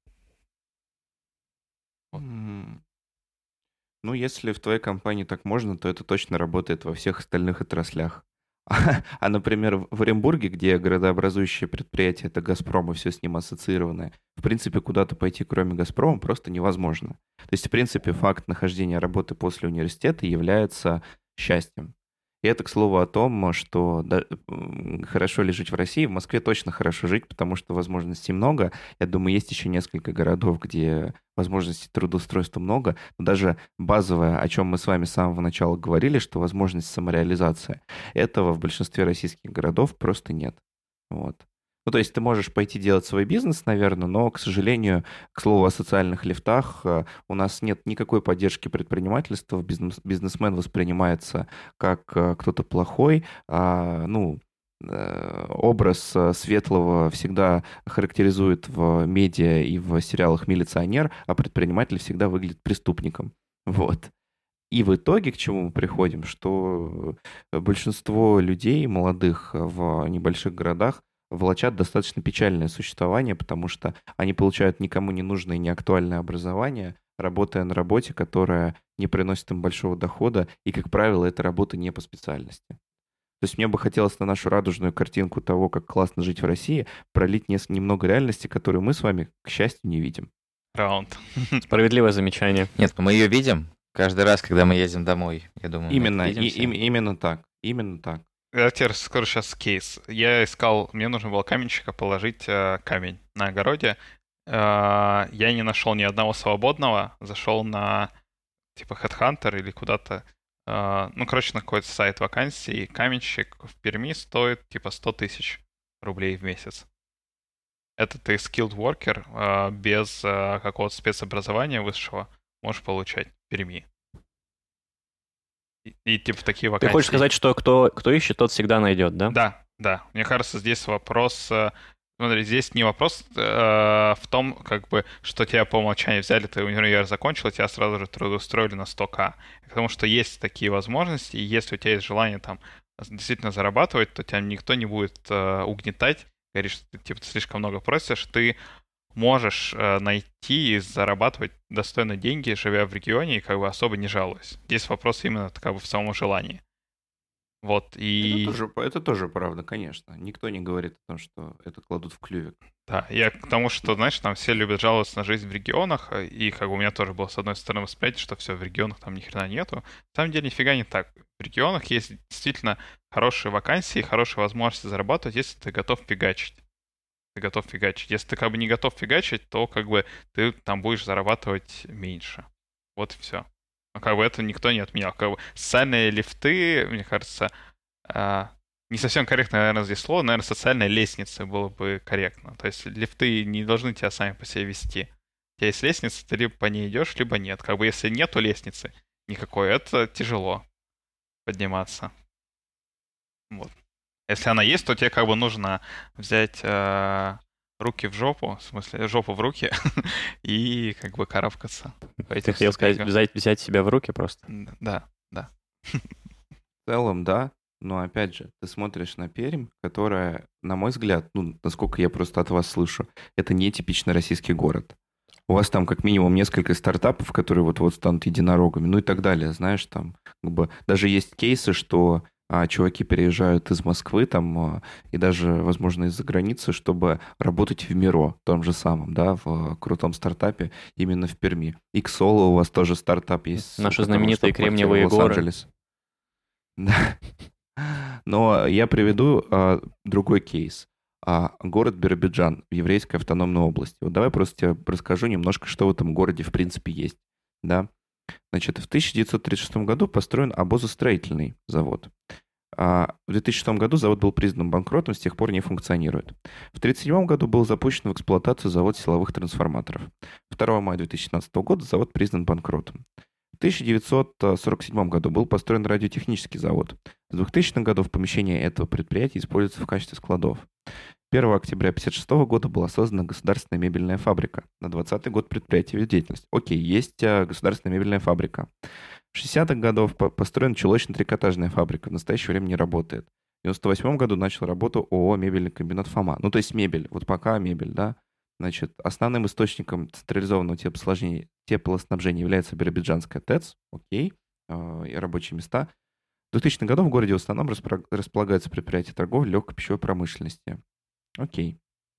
Вот. М, Ну, если в твоей компании так можно, то это точно работает во всех остальных отраслях. А, например, в в Оренбурге, где городообразующее предприятие это «Газпром» и все с ним ассоциированное, в принципе, куда-то пойти, кроме «Газпрома», просто невозможно. То есть, в принципе, факт нахождения работы после университета является счастьем. И это, к слову, о том, что да, м, хорошо ли жить в России. В Москве точно хорошо жить, потому что возможностей много. Я думаю, есть еще несколько городов, где возможностей трудоустройства много. Но даже базовое, о чем мы с вами с самого начала говорили, что возможность самореализации, этого в большинстве российских городов просто нет. Вот. Ну, то есть ты можешь пойти делать свой бизнес, наверное, но, к сожалению, к слову о социальных лифтах, э, у нас нет никакой поддержки предпринимательства. Бизнес, бизнесмен воспринимается как э, кто-то плохой. А, ну, э, образ э, светлого всегда характеризует в медиа и в сериалах милиционер, а предприниматель всегда выглядит преступником. Вот. И в итоге к чему мы приходим, что большинство людей молодых в небольших городах влачат достаточно печальное существование, потому что они получают никому не нужное и неактуальное образование, работая на работе, которая не приносит им большого дохода, и, как правило, эта работа не по специальности. То есть мне бы хотелось на нашу радужную картинку того, как классно жить в России, пролить нес- немного реальности, которую мы с вами, к счастью, не видим. Раунд. Справедливое замечание. Нет, мы ее видим каждый раз, когда мы едем домой. Я думаю, мы Именно, это и- видим все. им- именно так, именно так. Я тебе расскажу сейчас кейс. Я искал, мне нужно было каменщика положить э, камень на огороде. Э, я не нашел ни одного свободного. Зашел на типа HeadHunter или куда-то. э, ну, короче, на какой-то сайт вакансий. И каменщик в Перми стоит типа сто тысяч рублей в месяц. Это ты skilled worker э, без э, какого-то спецобразования высшего можешь получать в Перми. И, и, типа такие Ты вакансии. хочешь сказать, что кто, кто ищет, тот всегда найдет, да? Да, да. Мне кажется, здесь вопрос... э, Смотри, здесь не вопрос э, в том, как бы, что тебя по умолчанию взяли, ты универ закончил, и тебя сразу же трудоустроили на сто тысяч. Потому что есть такие возможности, и если у тебя есть желание там действительно зарабатывать, то тебя никто не будет э, угнетать, говорит, что ты типа слишком много просишь, ты можешь э, найти и зарабатывать достойно деньги, живя в регионе и как бы особо не жалуясь. Здесь вопрос именно как бы в самом желании. Вот, и... Это тоже, это тоже правда, конечно. Никто не говорит о том, что это кладут в клювик. Да, я к тому, что, знаешь, там все любят жаловаться на жизнь в регионах, и как бы у меня тоже было, с одной стороны, восприятие, что все, в регионах там ни хрена нету. На самом деле, нифига не так. В регионах есть действительно хорошие вакансии, хорошие возможности зарабатывать, если ты готов фигачить. Ты готов фигачить. Если ты как бы не готов фигачить, то как бы ты там будешь зарабатывать меньше. Вот и все. Ну, как бы это никто не отменял. Как бы социальные лифты, мне кажется, а, не совсем корректно, наверное, здесь слово, наверное, социальная лестница было бы корректно. То есть лифты не должны тебя сами по себе вести. У тебя есть лестница, ты либо по ней идешь, либо нет. Как бы если нету лестницы никакой, это тяжело подниматься. Вот. Если она есть, то тебе как бы нужно взять э, руки в жопу, в смысле, жопу в руки, и как бы карабкаться. по этим Ты хотел сказать, ступенькам. взять, взять себя в руки просто? Да, да. В целом, да, но опять же, ты смотришь на Пермь, которая, на мой взгляд, ну, насколько я просто от вас слышу, это не типичный российский город. У вас там как минимум несколько стартапов, которые вот-вот станут единорогами, ну и так далее, знаешь, там как бы даже есть кейсы, что а, чуваки переезжают из Москвы там а, и даже, возможно, из-за границы, чтобы работать в Миро, том же самом, да, в а, крутом стартапе именно в Перми. Иксоло у вас тоже стартап есть. Наши у которого знаменитые штаб-квартира Кремниевые в горы. Лос-Анджелес. Да. Но я приведу а, другой кейс. А, город Биробиджан в Еврейской автономной области. Вот давай просто тебе расскажу немножко, что в этом городе в принципе есть. Да? Значит, в тысяча девятьсот тридцать шестом году построен обозостроительный завод. А в две тысячи шестом году завод был признан банкротом, с тех пор не функционирует. В тысяча девятьсот тридцать седьмом году был запущен в эксплуатацию завод силовых трансформаторов. второго мая две тысячи шестнадцатого года завод признан банкротом. В тысяча девятьсот сорок седьмом году был построен радиотехнический завод. С двухтысячных годов помещение этого предприятия используется в качестве складов. первого октября тысяча девятьсот пятьдесят шестого года была создана государственная мебельная фабрика. На двадцатый год предприятие ведет деятельность. Окей, есть а, государственная мебельная фабрика. В шестидесятых годов по- построена чулочно-трикотажная фабрика. В настоящее время не работает. В девяносто восьмом году начал работу ООО «Мебельный комбинат ФОМА». Ну, то есть мебель. Вот пока мебель, да. Значит, основным источником централизованного теплоснабжения, теплоснабжения является Биробиджанская ТЭЦ. Окей. э, и рабочие места. В двухтысячных годах в городе в основном распро- располагаются предприятия торговли легкой пищевой промышленности. Окей.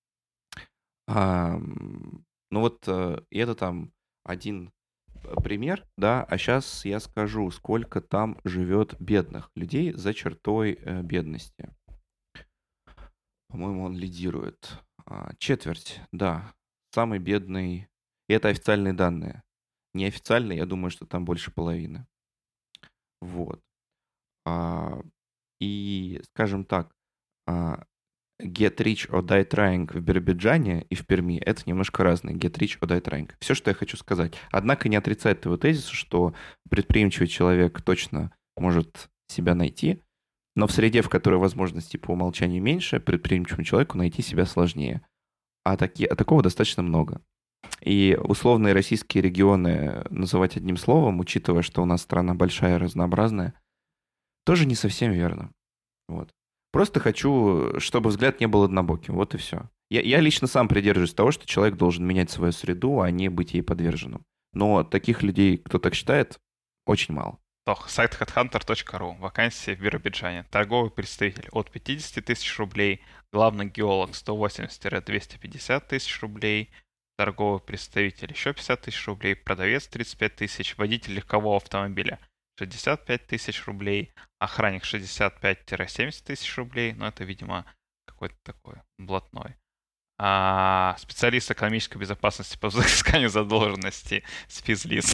А, м, ну вот э, и это там один э, пример, да, а сейчас я скажу, сколько там живет бедных людей за чертой э, бедности. По-моему, он лидирует. А, четверть, да. Самый бедный. И это официальные данные. Неофициальные, я думаю, что там больше половины. Вот. А, и, скажем так, а, Get Rich or Die Trying в Биробиджане и в Перми — это немножко разные. Get Rich or Die Trying. Все, что я хочу сказать. Однако не отрицает твоего тезиса, что предприимчивый человек точно может себя найти, но в среде, в которой возможностей по умолчанию меньше, предприимчивому человеку найти себя сложнее. А, таки, а такого достаточно много. И условные российские регионы называть одним словом, учитывая, что у нас страна большая и разнообразная, тоже не совсем верно. Вот. Просто хочу, чтобы взгляд не был однобоким. Вот и все. Я, я лично сам придерживаюсь того, что человек должен менять свою среду, а не быть ей подверженным. Но таких людей, кто так считает, очень мало. Тох, сайт headhunter точка ру. Вакансии в Биробиджане. Торговый представитель от пятьдесят тысяч рублей. Главный геолог сто восемьдесят - двести пятьдесят тысяч рублей. Торговый представитель еще пятьдесят тысяч рублей. Продавец тридцать пять тысяч. Водитель легкового автомобиля шестьдесят пять тысяч рублей. Охранник шестьдесят пять - семьдесят тысяч рублей. Но это, видимо, какой-то такой блатной. А специалист экономической безопасности по взысканию задолженности спизлиц,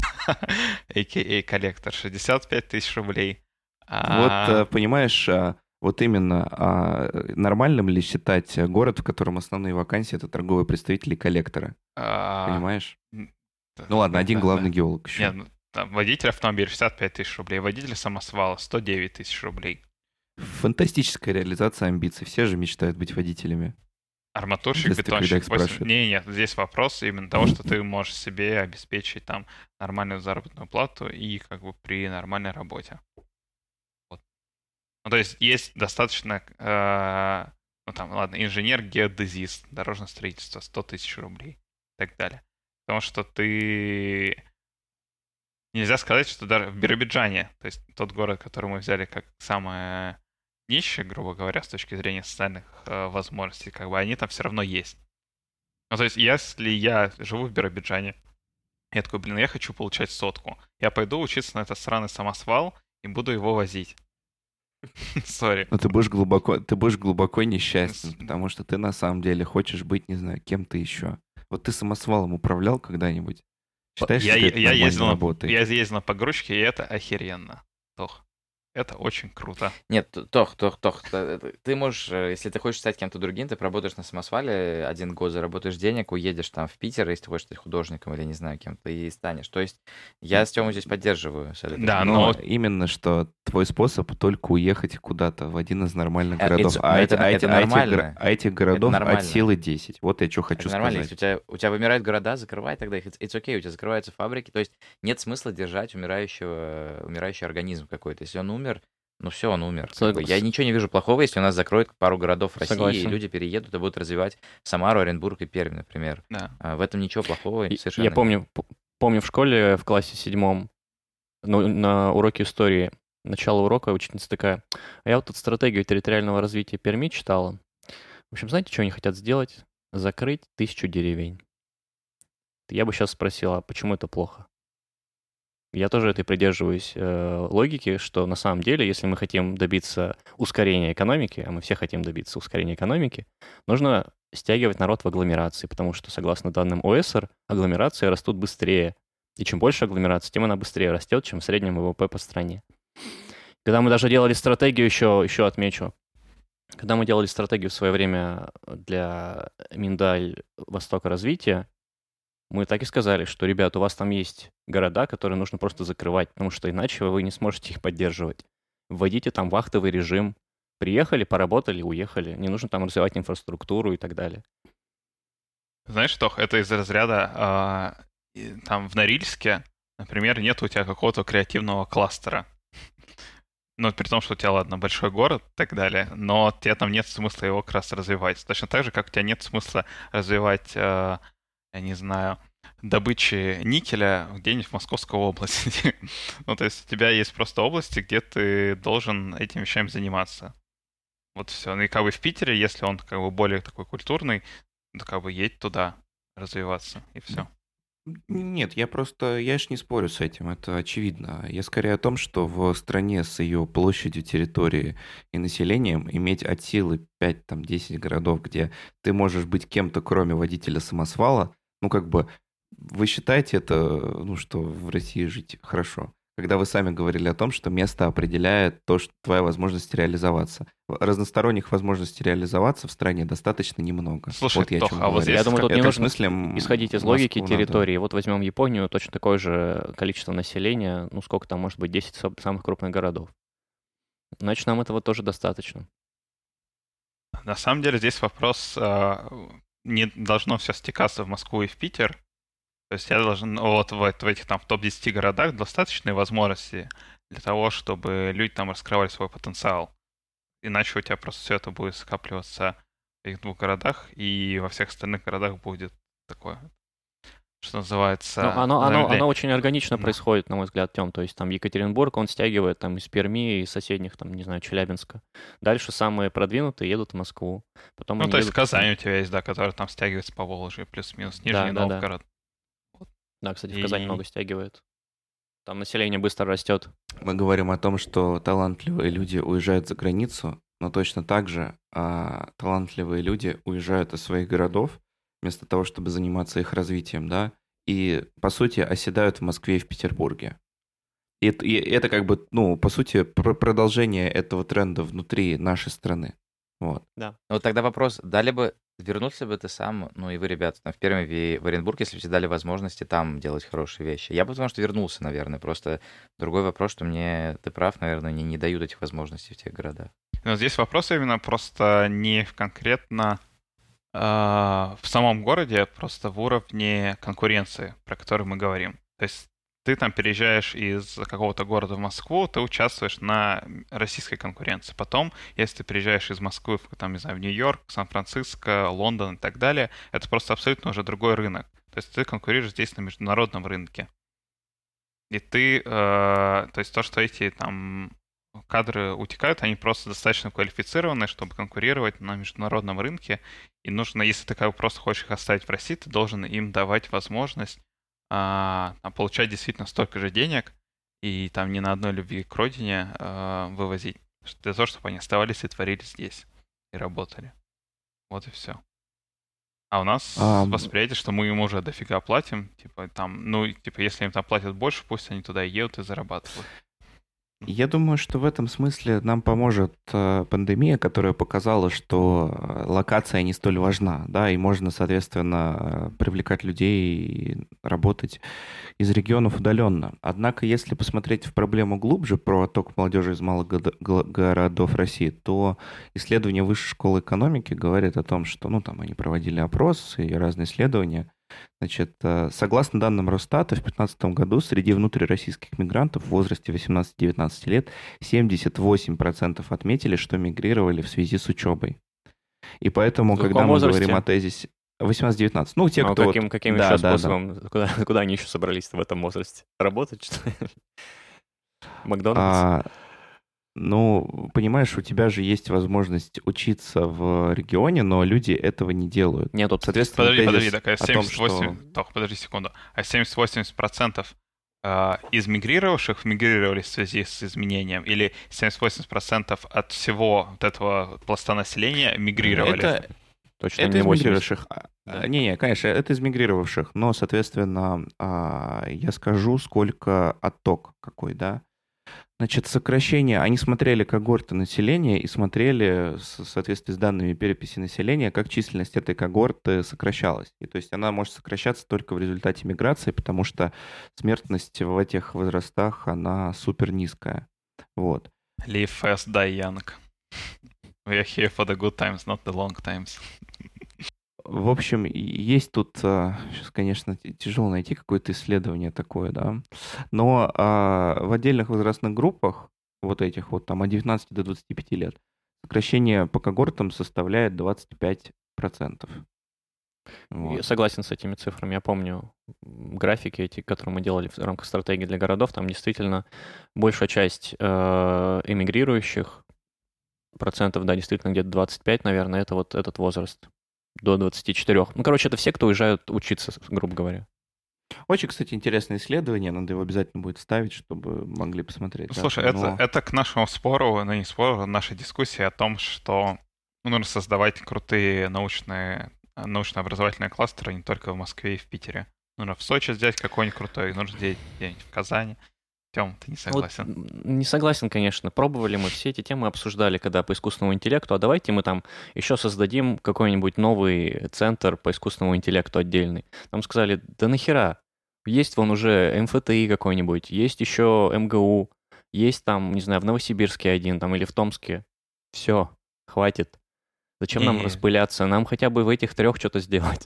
а.к.а. коллектор, шестьдесят пять тысяч рублей. А... Вот, понимаешь, вот именно а нормальным ли считать город, в котором основные вакансии — это торговые представители и коллекторы? А... Понимаешь? Да, ну ладно, один да, главный да. геолог еще. Нет, ну, там, водитель автомобиля шестьдесят пять тысяч рублей, водитель самосвала сто девять тысяч рублей. Фантастическая реализация амбиций. Все же мечтают быть водителями. Арматурщик, бетонщик. восемь... Не, нет, здесь вопрос именно того, что ты можешь себе обеспечить там нормальную заработную плату и как бы при нормальной работе. Вот. Ну, то есть есть достаточно, э, ну там, ладно, инженер-геодезист, дорожное строительство, сто тысяч рублей и так далее. Потому что ты... Нельзя сказать, что даже в Биробиджане, то есть тот город, который мы взяли как самое... нищие, грубо говоря, с точки зрения социальных э, возможностей, как бы они там все равно есть. Ну, то есть, если я живу в Биробиджане, я такой, блин, я хочу получать сотку, я пойду учиться на этот сраный самосвал и буду его возить. Сори. Но ты будешь глубоко, ты будешь глубоко несчастен, потому что ты на самом деле хочешь быть, не знаю, кем-то еще. Вот ты самосвалом управлял когда-нибудь? Считаешь, я, что это я, ездил на, я ездил на погрузчике, и это охеренно. Тох. Это очень круто. Нет, Тох, Тох, Тох, ты можешь, если ты хочешь стать кем-то другим, ты поработаешь на самосвале один год, заработаешь денег, уедешь там в Питер, если ты хочешь стать художником или, не знаю, кем-то, и станешь. То есть я с Тёмой здесь поддерживаю. Да, но... но именно, что твой способ только уехать куда-то в один из нормальных городов. It's, а, это, а, это, это а, этих, а этих городов от силы десять. Вот я что хочу это сказать. Нормально, если у тебя, у тебя вымирают города, закрывай тогда их. It's okay, у тебя закрываются фабрики. То есть нет смысла держать умирающего, умирающий организм какой-то. Если он умер, ну все, он умер. Как бы. Я ничего не вижу плохого, если у нас закроют пару городов России, Согласен. И люди переедут и будут развивать Самару, Оренбург и Пермь, например. Да. А в этом ничего плохого совершенно Я помню, помню в школе в классе седьмом ну, на уроке истории, начало урока учительница такая, а я вот тут стратегию территориального развития Перми читала. В общем, знаете, что они хотят сделать? Закрыть тысячу деревень. Я бы сейчас спросила, а почему это плохо? Я тоже этой придерживаюсь э, логики, что на самом деле, если мы хотим добиться ускорения экономики, а мы все хотим добиться ускорения экономики, нужно стягивать народ в агломерации, потому что, согласно данным ОЭСР, агломерации растут быстрее. И чем больше агломераций, тем она быстрее растет, чем в среднем ВВП по стране. Когда мы даже делали стратегию, еще, еще отмечу, когда мы делали стратегию в свое время для Миндаль Востока развития, мы так и сказали, что, ребят, у вас там есть города, которые нужно просто закрывать, потому что иначе вы не сможете их поддерживать. Вводите там вахтовый режим. Приехали, поработали, уехали. Не нужно там развивать инфраструктуру и так далее. Знаешь, Тох, это из разряда, э, там в Норильске, например, нет у тебя какого-то креативного кластера. Ну, при том, что у тебя, ладно, большой город и так далее, но тебе там нет смысла его как раз развивать. Точно так же, как у тебя нет смысла развивать... Э, я не знаю, добычи никеля где-нибудь в Московской области. Ну, то есть у тебя есть просто области, где ты должен этими вещами заниматься. Вот все. Ну и как бы в Питере, если он как бы более такой культурный, то как бы едь туда развиваться, и все. Нет, я просто, я ж не спорю с этим, это очевидно. Я скорее о том, что в стране с ее площадью, территорией и населением иметь от силы пять-десять городов, где ты можешь быть кем-то, кроме водителя самосвала, ну, как бы, вы считаете это, ну, что в России жить хорошо? Когда вы сами говорили о том, что место определяет то, что твоя возможность реализоваться. Разносторонних возможностей реализоваться в стране достаточно немного. Слушай, вот я, Тох, а вот здесь... Я думаю, тут это не нужно смысле исходить из логики Москву территории. Надо. Вот возьмем Японию, точно такое же количество населения, ну, сколько там может быть, десять самых крупных городов. Значит, нам этого тоже достаточно. На самом деле здесь вопрос... Не должно все стекаться в Москву и в Питер. То есть я должен, ну, вот в, в этих там в топ десяти городах достаточные возможности для того, чтобы люди там раскрывали свой потенциал. Иначе у тебя просто все это будет скапливаться в этих двух городах, и во всех остальных городах будет такое, что называется, Ну, оно, оно, замедление. оно очень органично Да. происходит, на мой взгляд, Тём. То есть там Екатеринбург, он стягивает там из Перми и соседних, там, не знаю, Челябинска. Дальше самые продвинутые едут в Москву. Потом Ну, они то есть едут... Казань у тебя есть, да, который там стягивается по Волжье, плюс-минус Нижний Да, да, да. Новгород. Да, кстати, в И- Казань много стягивает. Там население быстро растет. Мы говорим о том, что талантливые люди уезжают за границу, но точно так же а, талантливые люди уезжают из своих городов вместо того, чтобы заниматься их развитием, да, и, по сути, оседают в Москве и в Петербурге. И это, и это как бы, ну, по сути, пр- продолжение этого тренда внутри нашей страны. Вот. Ну, вот тогда вопрос, дали бы, вернулся бы ты сам, ну и вы, ребята, там, в Пермь и в Оренбург, если бы тебе дали возможности там делать хорошие вещи? Я бы потому что вернулся, наверное. Просто другой вопрос, что мне, ты прав, наверное, не, не дают этих возможностей в тех городах. Но здесь вопрос именно просто не в конкретно э, в самом городе, а просто в уровне конкуренции, про который мы говорим. То есть ты там переезжаешь из какого-то города в Москву, ты участвуешь на российской конкуренции. Потом, если ты переезжаешь из Москвы в, там, не знаю, в Нью-Йорк, Сан-Франциско, Лондон и так далее, это просто абсолютно уже другой рынок. То есть ты конкурируешь здесь на международном рынке. И ты, э, то есть то, что эти там кадры утекают, они просто достаточно квалифицированы, чтобы конкурировать на международном рынке. И нужно, если ты как бы просто хочешь их оставить в России, ты должен им давать возможность а, там, получать действительно столько же денег и там не на одной любви к родине а, вывозить. Для того, чтобы они оставались и творили здесь и работали. Вот и все. А у нас А, восприятие, что мы им уже дофига платим. Типа там, ну, типа, если им там платят больше, пусть они туда едут и зарабатывают. Я думаю, что в этом смысле нам поможет э, пандемия, которая показала, что э, локация не столь важна, да, и можно, соответственно, э, привлекать людей и работать из регионов удаленно. Однако, если посмотреть в проблему глубже про отток молодежи из малых года- го- городов России, то исследования Высшей школы экономики говорят о том, что, ну, там они проводили опросы и разные исследования. Значит, э, согласно данным Росстата, в две тысячи пятнадцатом году среди внутрироссийских мигрантов в возрасте восемнадцати-девятнадцати лет семьдесят восемь процентов отметили, что мигрировали в связи с учебой. И поэтому, В каком когда мы возрасте? говорим о тезисе восемнадцать-девятнадцать, ну, те, Ну, кто... каким, вот- каким да, еще да, да. способом? Куда, куда они еще собрались в этом возрасте? Работать, что ли? Макдональдс? А, ну, понимаешь, у тебя же есть возможность учиться в регионе, но люди этого не делают. Нет, тут Соответственно, Подожди, тезис подожди, такая о том, семьдесят восемь... что... Тох, подожди секунду. А семьдесят-восемьдесят процентов э, из мигрировавших мигрировали в связи с изменением? Или семьдесят-восемьдесят процентов от всего вот этого пласта населения мигрировали? Это, точно это не из восемьдесят. мигрировавших. Да. Не-не, конечно, это из мигрировавших, но, соответственно, а, я скажу, сколько отток какой, да. Значит, сокращение, они смотрели когорты населения и смотрели в соответствии с данными переписи населения, как численность этой когорты сокращалась. И то есть она может сокращаться только в результате миграции, потому что смертность в этих возрастах, она супер низкая. Вот. Live fast, die young. We are here for the good times, not the long times. В общем, и- есть тут, сейчас, конечно, т- тяжело найти какое-то исследование такое, да, но а, в отдельных возрастных группах, вот этих вот там от девятнадцати до двадцати пяти лет, сокращение по когортам составляет двадцать пять процентов. Я Вот. согласен с этими цифрами. Я помню м, графики эти, которые мы делали в рамках стратегии для городов. Там действительно большая часть э, эмигрирующих, процентов, да, действительно где-то двадцать пять, наверное, это вот этот возраст. До двадцати четырёх. Ну, короче, это все, кто уезжают учиться, грубо говоря. Очень, кстати, интересное исследование, надо его обязательно будет ставить, чтобы могли посмотреть. Ну, да, слушай, но- это, это к нашему спору, ну не спору, нашей дискуссии о том, что нужно создавать крутые научные, научно-образовательные кластеры не только в Москве и в Питере. Нужно в Сочи сделать какой-нибудь крутой, нужно сделать где-нибудь в Казани. Тём, ты не согласен? Вот, м, не согласен, конечно. Пробовали мы все эти темы, обсуждали, когда по искусственному интеллекту, а давайте мы там еще создадим какой-нибудь новый центр по искусственному интеллекту отдельный. Нам сказали, да нахера? Есть вон уже эм эф тэ и какой-нибудь, есть еще эм гэ у, есть там, не знаю, в Новосибирске один там или в Томске. Все, хватит. Зачем нам Не-не. распыляться? Нам хотя бы в этих трех что-то сделать.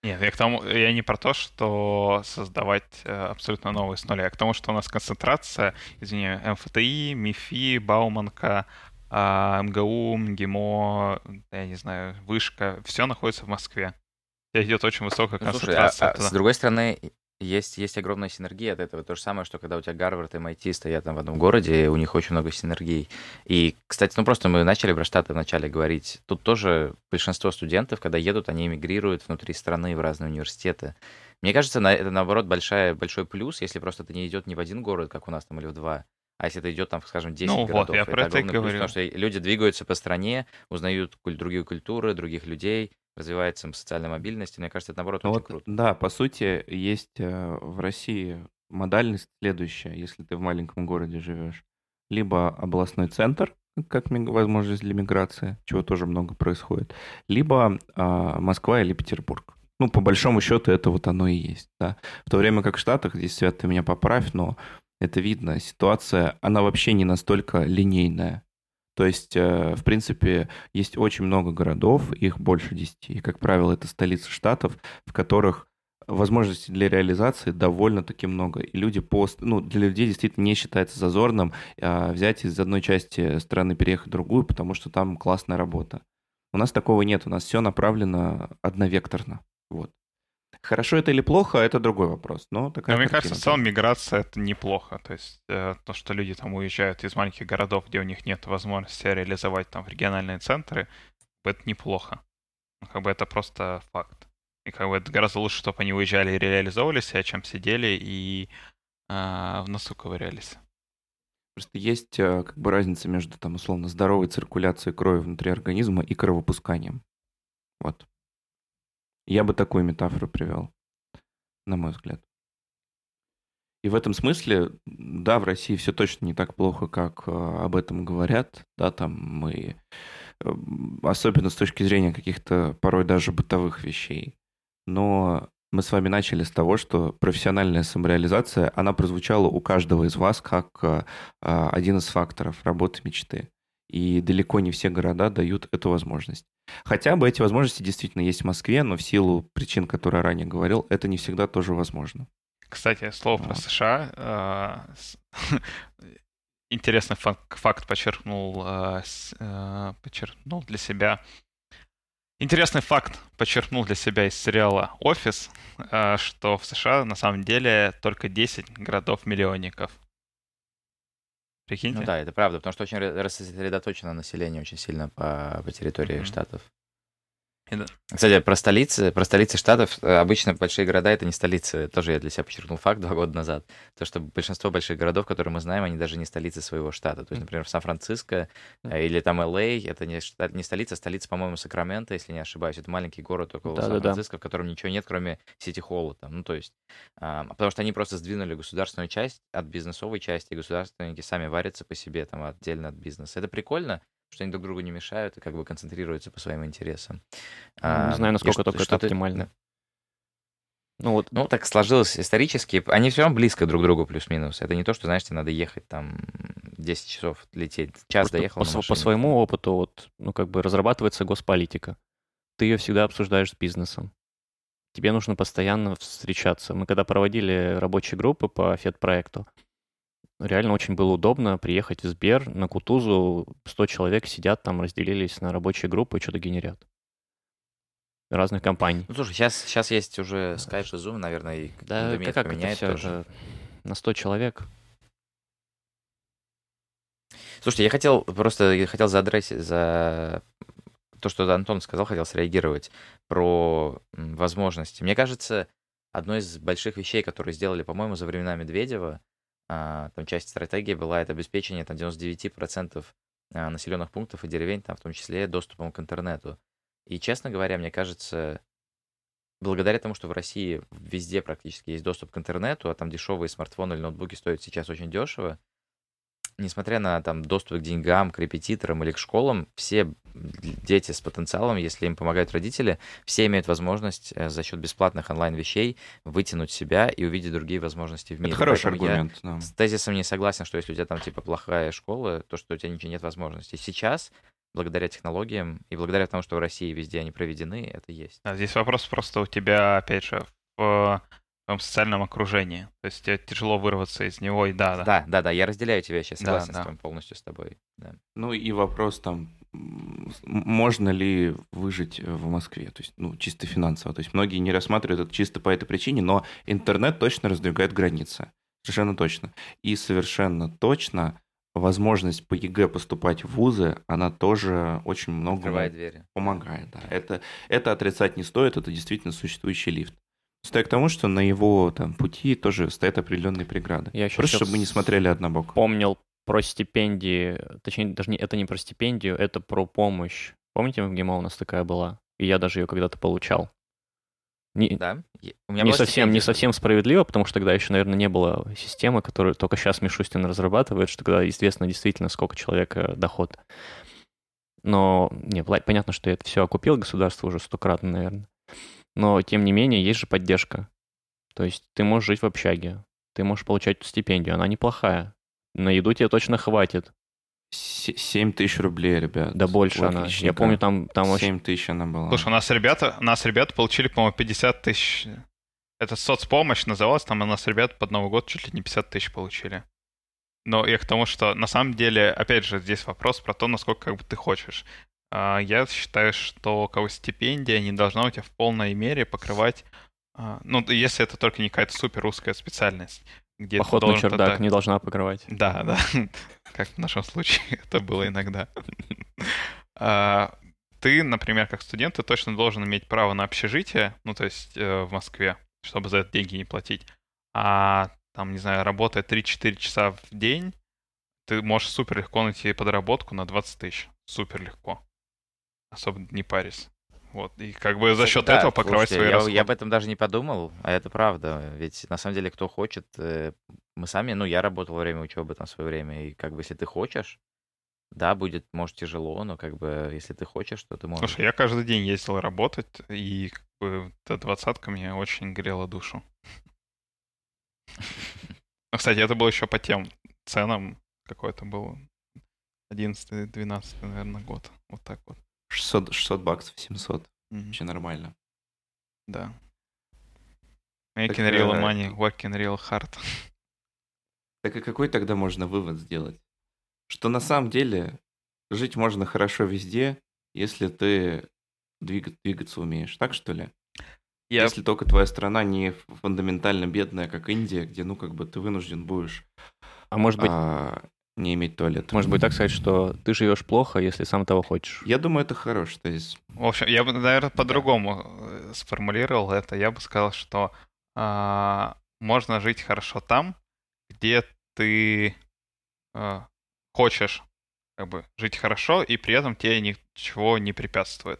Нет, я к тому, я не про то, что создавать э, абсолютно новые с нуля, а к тому, что у нас концентрация, извини, МФТИ, МИФИ, Бауманка, а, МГУ, МГИМО, я не знаю, Вышка, все находится в Москве. Идет очень высокая Ну, слушай, а, концентрация а с туда. другой стороны, есть, есть огромная синергия от этого. То же самое, что когда у тебя Гарвард и эм ай ти стоят там в одном городе, у них очень много синергий. И, кстати, ну просто мы начали про Штаты вначале говорить. Тут тоже большинство студентов, когда едут, они эмигрируют внутри страны в разные университеты. Мне кажется, на, это, наоборот, большая, большой плюс, если просто это не идет не в один город, как у нас там, или в два, а если это идет там, скажем, десять Ну вот, городов. я Это про это и огромный плюс, потому говорю. что люди двигаются по стране, узнают куль- другие культуры, других людей, развивается им социальная мобильность. И мне кажется, это, наоборот, Ну очень вот, круто. да, по сути, есть э, в России модальность следующая, если ты в маленьком городе живешь. Либо областной центр, как ми- возможность для миграции, чего тоже много происходит, либо а, Москва или Петербург. Ну, по большому счету, это вот оно и есть, да. В то время как в Штатах, здесь, Свят, ты меня поправь, но это видно, ситуация, она вообще не настолько линейная. То есть, э, в принципе, есть очень много городов, их больше десяти. И, как правило, это столицы штатов, в которых возможностей для реализации довольно-таки много. И люди пост, ну, для людей действительно не считается зазорным а, взять из одной части страны переехать в другую, потому что там классная работа. У нас такого нет, у нас все направлено одновекторно. Вот. Хорошо это или плохо, это другой вопрос, но такая Но мне картина кажется, в целом тоже. миграция — это неплохо. То есть э, то, что люди там уезжают из маленьких городов, где у них нет возможности реализовать там в региональные центры, это неплохо. Ну, как бы это просто факт. И как бы это гораздо лучше, чтобы они уезжали и реализовывали себя, чем сидели и а, в носу ковырялись. Просто есть э, как бы разница между там условно здоровой циркуляцией крови внутри организма и кровопусканием. Вот. Я бы такую метафору привел, на мой взгляд. И в этом смысле, да, в России все точно не так плохо, как э, об этом говорят. Да, там мы, э, особенно с точки зрения каких-то порой даже бытовых вещей. Но мы с вами начали с того, что профессиональная самореализация, она прозвучала у каждого из вас как э, э, один из факторов работы мечты. И далеко не все города дают эту возможность. Хотя бы эти возможности действительно есть в Москве, но в силу причин, которые я ранее говорил, это не всегда тоже возможно. Кстати, слово про Вот. США. а, с- Интересный фак- факт подчеркнул, а, с- а, подчеркнул для себя. Интересный факт подчеркнул для себя из сериала «Офис», а, что в США на самом деле только десять городов-миллионников. Ну Прикиньте? да, это правда, потому что очень ра- рассредоточено население очень сильно по, по территории Мгм. штатов. И да- Кстати, про столицы, про столицы штатов, э, обычно большие города — это не столицы. Тоже я для себя подчеркнул факт два года назад. То, что большинство больших городов, которые мы знаем, они даже не столицы своего штата. То есть, например, в Сан-Франциско э, или там Эл Эй — это не, шта- не столица, столица, по-моему, Сакраменто, если не ошибаюсь. Это маленький город около Да-да-да. Сан-Франциско, в котором ничего нет, кроме Сити-Холла там. Ну, то есть, а, потому что они просто сдвинули государственную часть от бизнесовой части, и государственники сами варятся по себе там отдельно от бизнеса. Это прикольно, что они друг другу не мешают и как бы концентрируются по своим интересам. Не А, знаю, и насколько что- только это что ты- оптимально. да. Ну вот, Ну, так сложилось исторически. Они все равно близко друг к другу, плюс-минус. Это не то, что, знаешь, тебе надо ехать там десять часов лететь. Час просто доехал по, на св- по машине. своему опыту, вот, ну, как бы разрабатывается госполитика. Ты ее всегда обсуждаешь с бизнесом. Тебе нужно постоянно встречаться. Мы когда проводили рабочие группы по фед-проекту, реально очень было удобно приехать в Сбер на Кутузу, сто человек сидят там, разделились на рабочие группы и что-то генерят. Разных компаний. Ну, слушай, сейчас, сейчас есть уже Skype и Zoom, наверное, и Да, пандемия как это поменяет все? тоже. Это на сто человек. Слушайте, я хотел просто я хотел заадресить за то, что Антон сказал, хотел среагировать про м, возможности. Мне кажется, одной из больших вещей, которые сделали, по-моему, за времена Медведева, а, там часть стратегии была это обеспечение там девяносто девять процентов а, населенных пунктов и деревень, там в том числе доступом к интернету. И, честно говоря, мне кажется, благодаря тому, что в России везде практически есть доступ к интернету, а там дешевые смартфоны или ноутбуки стоят сейчас очень дешево, несмотря на там доступ к деньгам, к репетиторам или к школам, все дети с потенциалом, если им помогают родители, все имеют возможность э, за счет бесплатных онлайн-вещей вытянуть себя и увидеть другие возможности в мире. Это хороший Поэтому я аргумент. Да. с тезисом не согласен, что если у тебя там типа плохая школа, то что у тебя ничего нет возможностей. Сейчас благодаря технологиям и благодаря тому, что в России везде они проведены, это есть. А здесь вопрос просто у тебя, опять же, в твоем социальном окружении. То есть тебе тяжело вырваться из него, и да, да. Да, да, да, я разделяю тебя, я сейчас Да, согласен да. с тобой, полностью с тобой. Да. Ну и вопрос там, м, можно ли выжить в Москве, то есть, ну, чисто финансово. То есть многие не рассматривают это чисто по этой причине, но интернет точно раздвигает границы. Совершенно точно. И совершенно точно возможность по ЕГЭ поступать в вузы, она тоже очень много Открывает двери. помогает. Да. Это, это отрицать не стоит, это действительно существующий лифт. Стоит к тому, что на его там, пути тоже стоят определенные преграды. Я еще Просто сейчас чтобы мы не смотрели однобоко. Помнил про стипендии, точнее, даже не, это не про стипендию, это про помощь. Помните, в МГИМО у нас такая была? И я даже ее когда-то получал. Не, Да? И- У меня не была совсем, не стипендия. совсем справедливо, потому что тогда еще, наверное, не было системы, которую только сейчас Мишустин разрабатывает, что тогда известно действительно, сколько человека доход. Но, не, пла- понятно, что я это все окупил государство уже стократно, наверное. Но, тем не менее, есть же поддержка. То есть ты можешь жить в общаге, ты можешь получать эту стипендию, она неплохая. На еду тебе точно хватит. Се- семь тысяч рублей, ребят. Да больше У она. Я отличника. помню, там, там очень... семь тысяч она была. Слушай, у нас ребята, у нас ребята получили, по-моему, пятьдесят тысяч. Это соцпомощь называлась, там у нас ребята под Новый год чуть ли не пятьдесят тысяч получили. Но я к тому, что на самом деле, опять же, здесь вопрос про то, насколько как бы ты хочешь. А, Я считаю, что как бы стипендия не должна у тебя в полной мере покрывать, а, ну, если это только не какая-то супер узкая специальность, где ты Поход на должен чердак тогда- не должна покрывать. Да, да. Как в нашем случае это было иногда. А, Ты, например, как студент, ты точно должен иметь право на общежитие, ну, то есть э, в Москве, чтобы за это деньги не платить. А там, не знаю, работая три-четыре часа в день, ты можешь супер легко найти подработку на двадцать тысяч. Супер легко. Особо не парясь. Вот. И как бы за Кстати, счет да, этого покрывать слушайте, свои я, расходы. я об этом даже не подумал, а это правда. Ведь на самом деле, кто хочет, э, мы сами, ну, я работал во время учебы там в свое время, и как бы если ты хочешь, да, будет, может, тяжело, но как бы если ты хочешь, то ты можешь. Слушай, я каждый день ездил работать, и как бы эта двадцатка мне очень грела душу. Ну, кстати, это было еще по тем ценам, какой-то был одиннадцатый-двенадцатый, наверное, год. Вот так вот. шестьсот, шестьсот баксов, семьсот. Мгм. Вообще нормально. Да. Making Так, real э, money, working real hard. Так и какой тогда можно вывод сделать? Что на самом деле жить можно хорошо везде, если ты двига- двигаться умеешь. Так что ли? Я Если только твоя страна не фундаментально бедная, как Индия, где, ну, как бы ты вынужден будешь А может быть, а, не иметь туалета. может быть так сказать, что ты живешь плохо, если сам того хочешь. Я думаю, это хороший тезис. В общем, я бы, наверное, по-другому э, сформулировал это. Я бы сказал, что а, можно жить хорошо там, где ты а, хочешь как бы жить хорошо, и при этом тебе ничего не препятствует.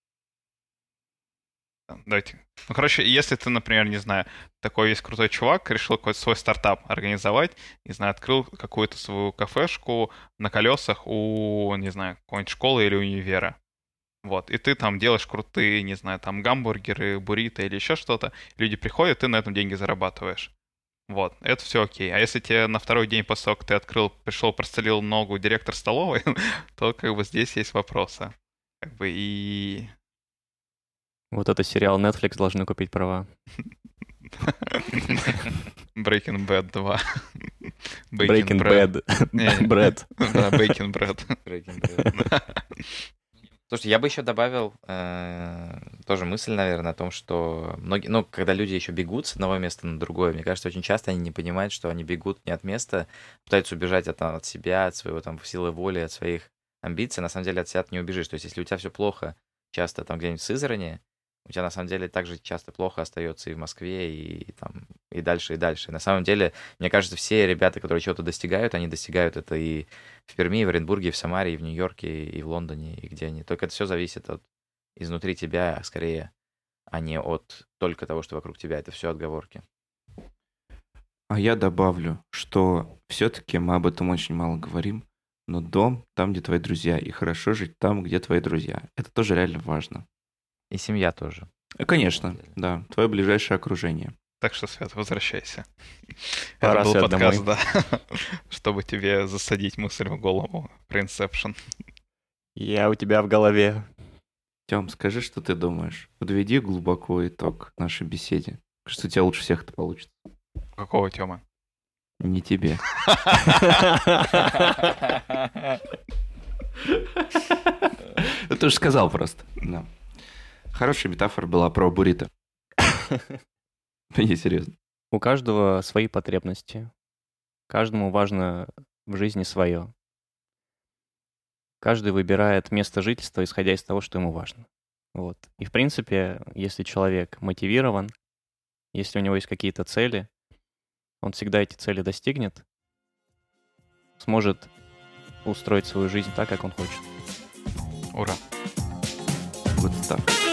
Там, Давайте. Ну, короче, если ты, например, не знаю, такой есть крутой чувак, решил какой-то свой стартап организовать, не знаю, открыл какую-то свою кафешку на колесах у, не знаю, какой-нибудь школы или универа. Вот, и ты там делаешь крутые, не знаю, там гамбургеры, буррито или еще что-то. Люди приходят, ты на этом деньги зарабатываешь. Вот, это все окей. А если тебе на второй день после того, как ты открыл, пришел, прострелил ногу директор столовой, то как бы здесь есть вопросы. Как бы и... Вот это сериал Netflix должны купить права. Breaking Bad два. Breaking Bad. Не, Bad. Да, Bacon Bread. Breaking Bad. Слушайте, я бы еще добавил э, тоже мысль, наверное, о том, что многие, ну, когда люди еще бегут с одного места на другое, мне кажется, очень часто они не понимают, что они бегут не от места, пытаются убежать от, от себя, от своего там силы воли, от своих амбиций. На самом деле от себя ты не убежишь. То есть если у тебя все плохо, часто там где-нибудь в Сызрани, у тебя на самом деле также часто плохо остается и в Москве, и там и дальше, и дальше. На самом деле, мне кажется, все ребята, которые чего-то достигают, они достигают это и в Перми, и в Оренбурге, и в Самаре, и в Нью-Йорке, и в Лондоне, и где они. Только это все зависит от изнутри тебя, скорее, а не от только того, что вокруг тебя. Это все отговорки. А я добавлю, что все-таки мы об этом очень мало говорим, но дом там, где твои друзья, и хорошо жить там, где твои друзья. Это тоже реально важно. И семья тоже. Э, Конечно, да, твое ближайшее окружение. Так что, Свят, возвращайся. Пора, Это был Свят, подкаст, да, чтобы тебе засадить мысль в голову про Inception. Я у тебя в голове. Тём, скажи, что ты думаешь. Подведи глубоко итог нашей беседе. Кажется, у тебя лучше всех это получится. Какого Тёма? Не тебе. Ты уже сказал просто. Да. Хорошая метафора была про буррито. Не, серьезно. У каждого свои потребности. Каждому важно в жизни свое. Каждый выбирает место жительства, исходя из того, что ему важно. Вот. И, в принципе, если человек мотивирован, если у него есть какие-то цели, он всегда эти цели достигнет, сможет устроить свою жизнь так, как он хочет. Ура. Вот так.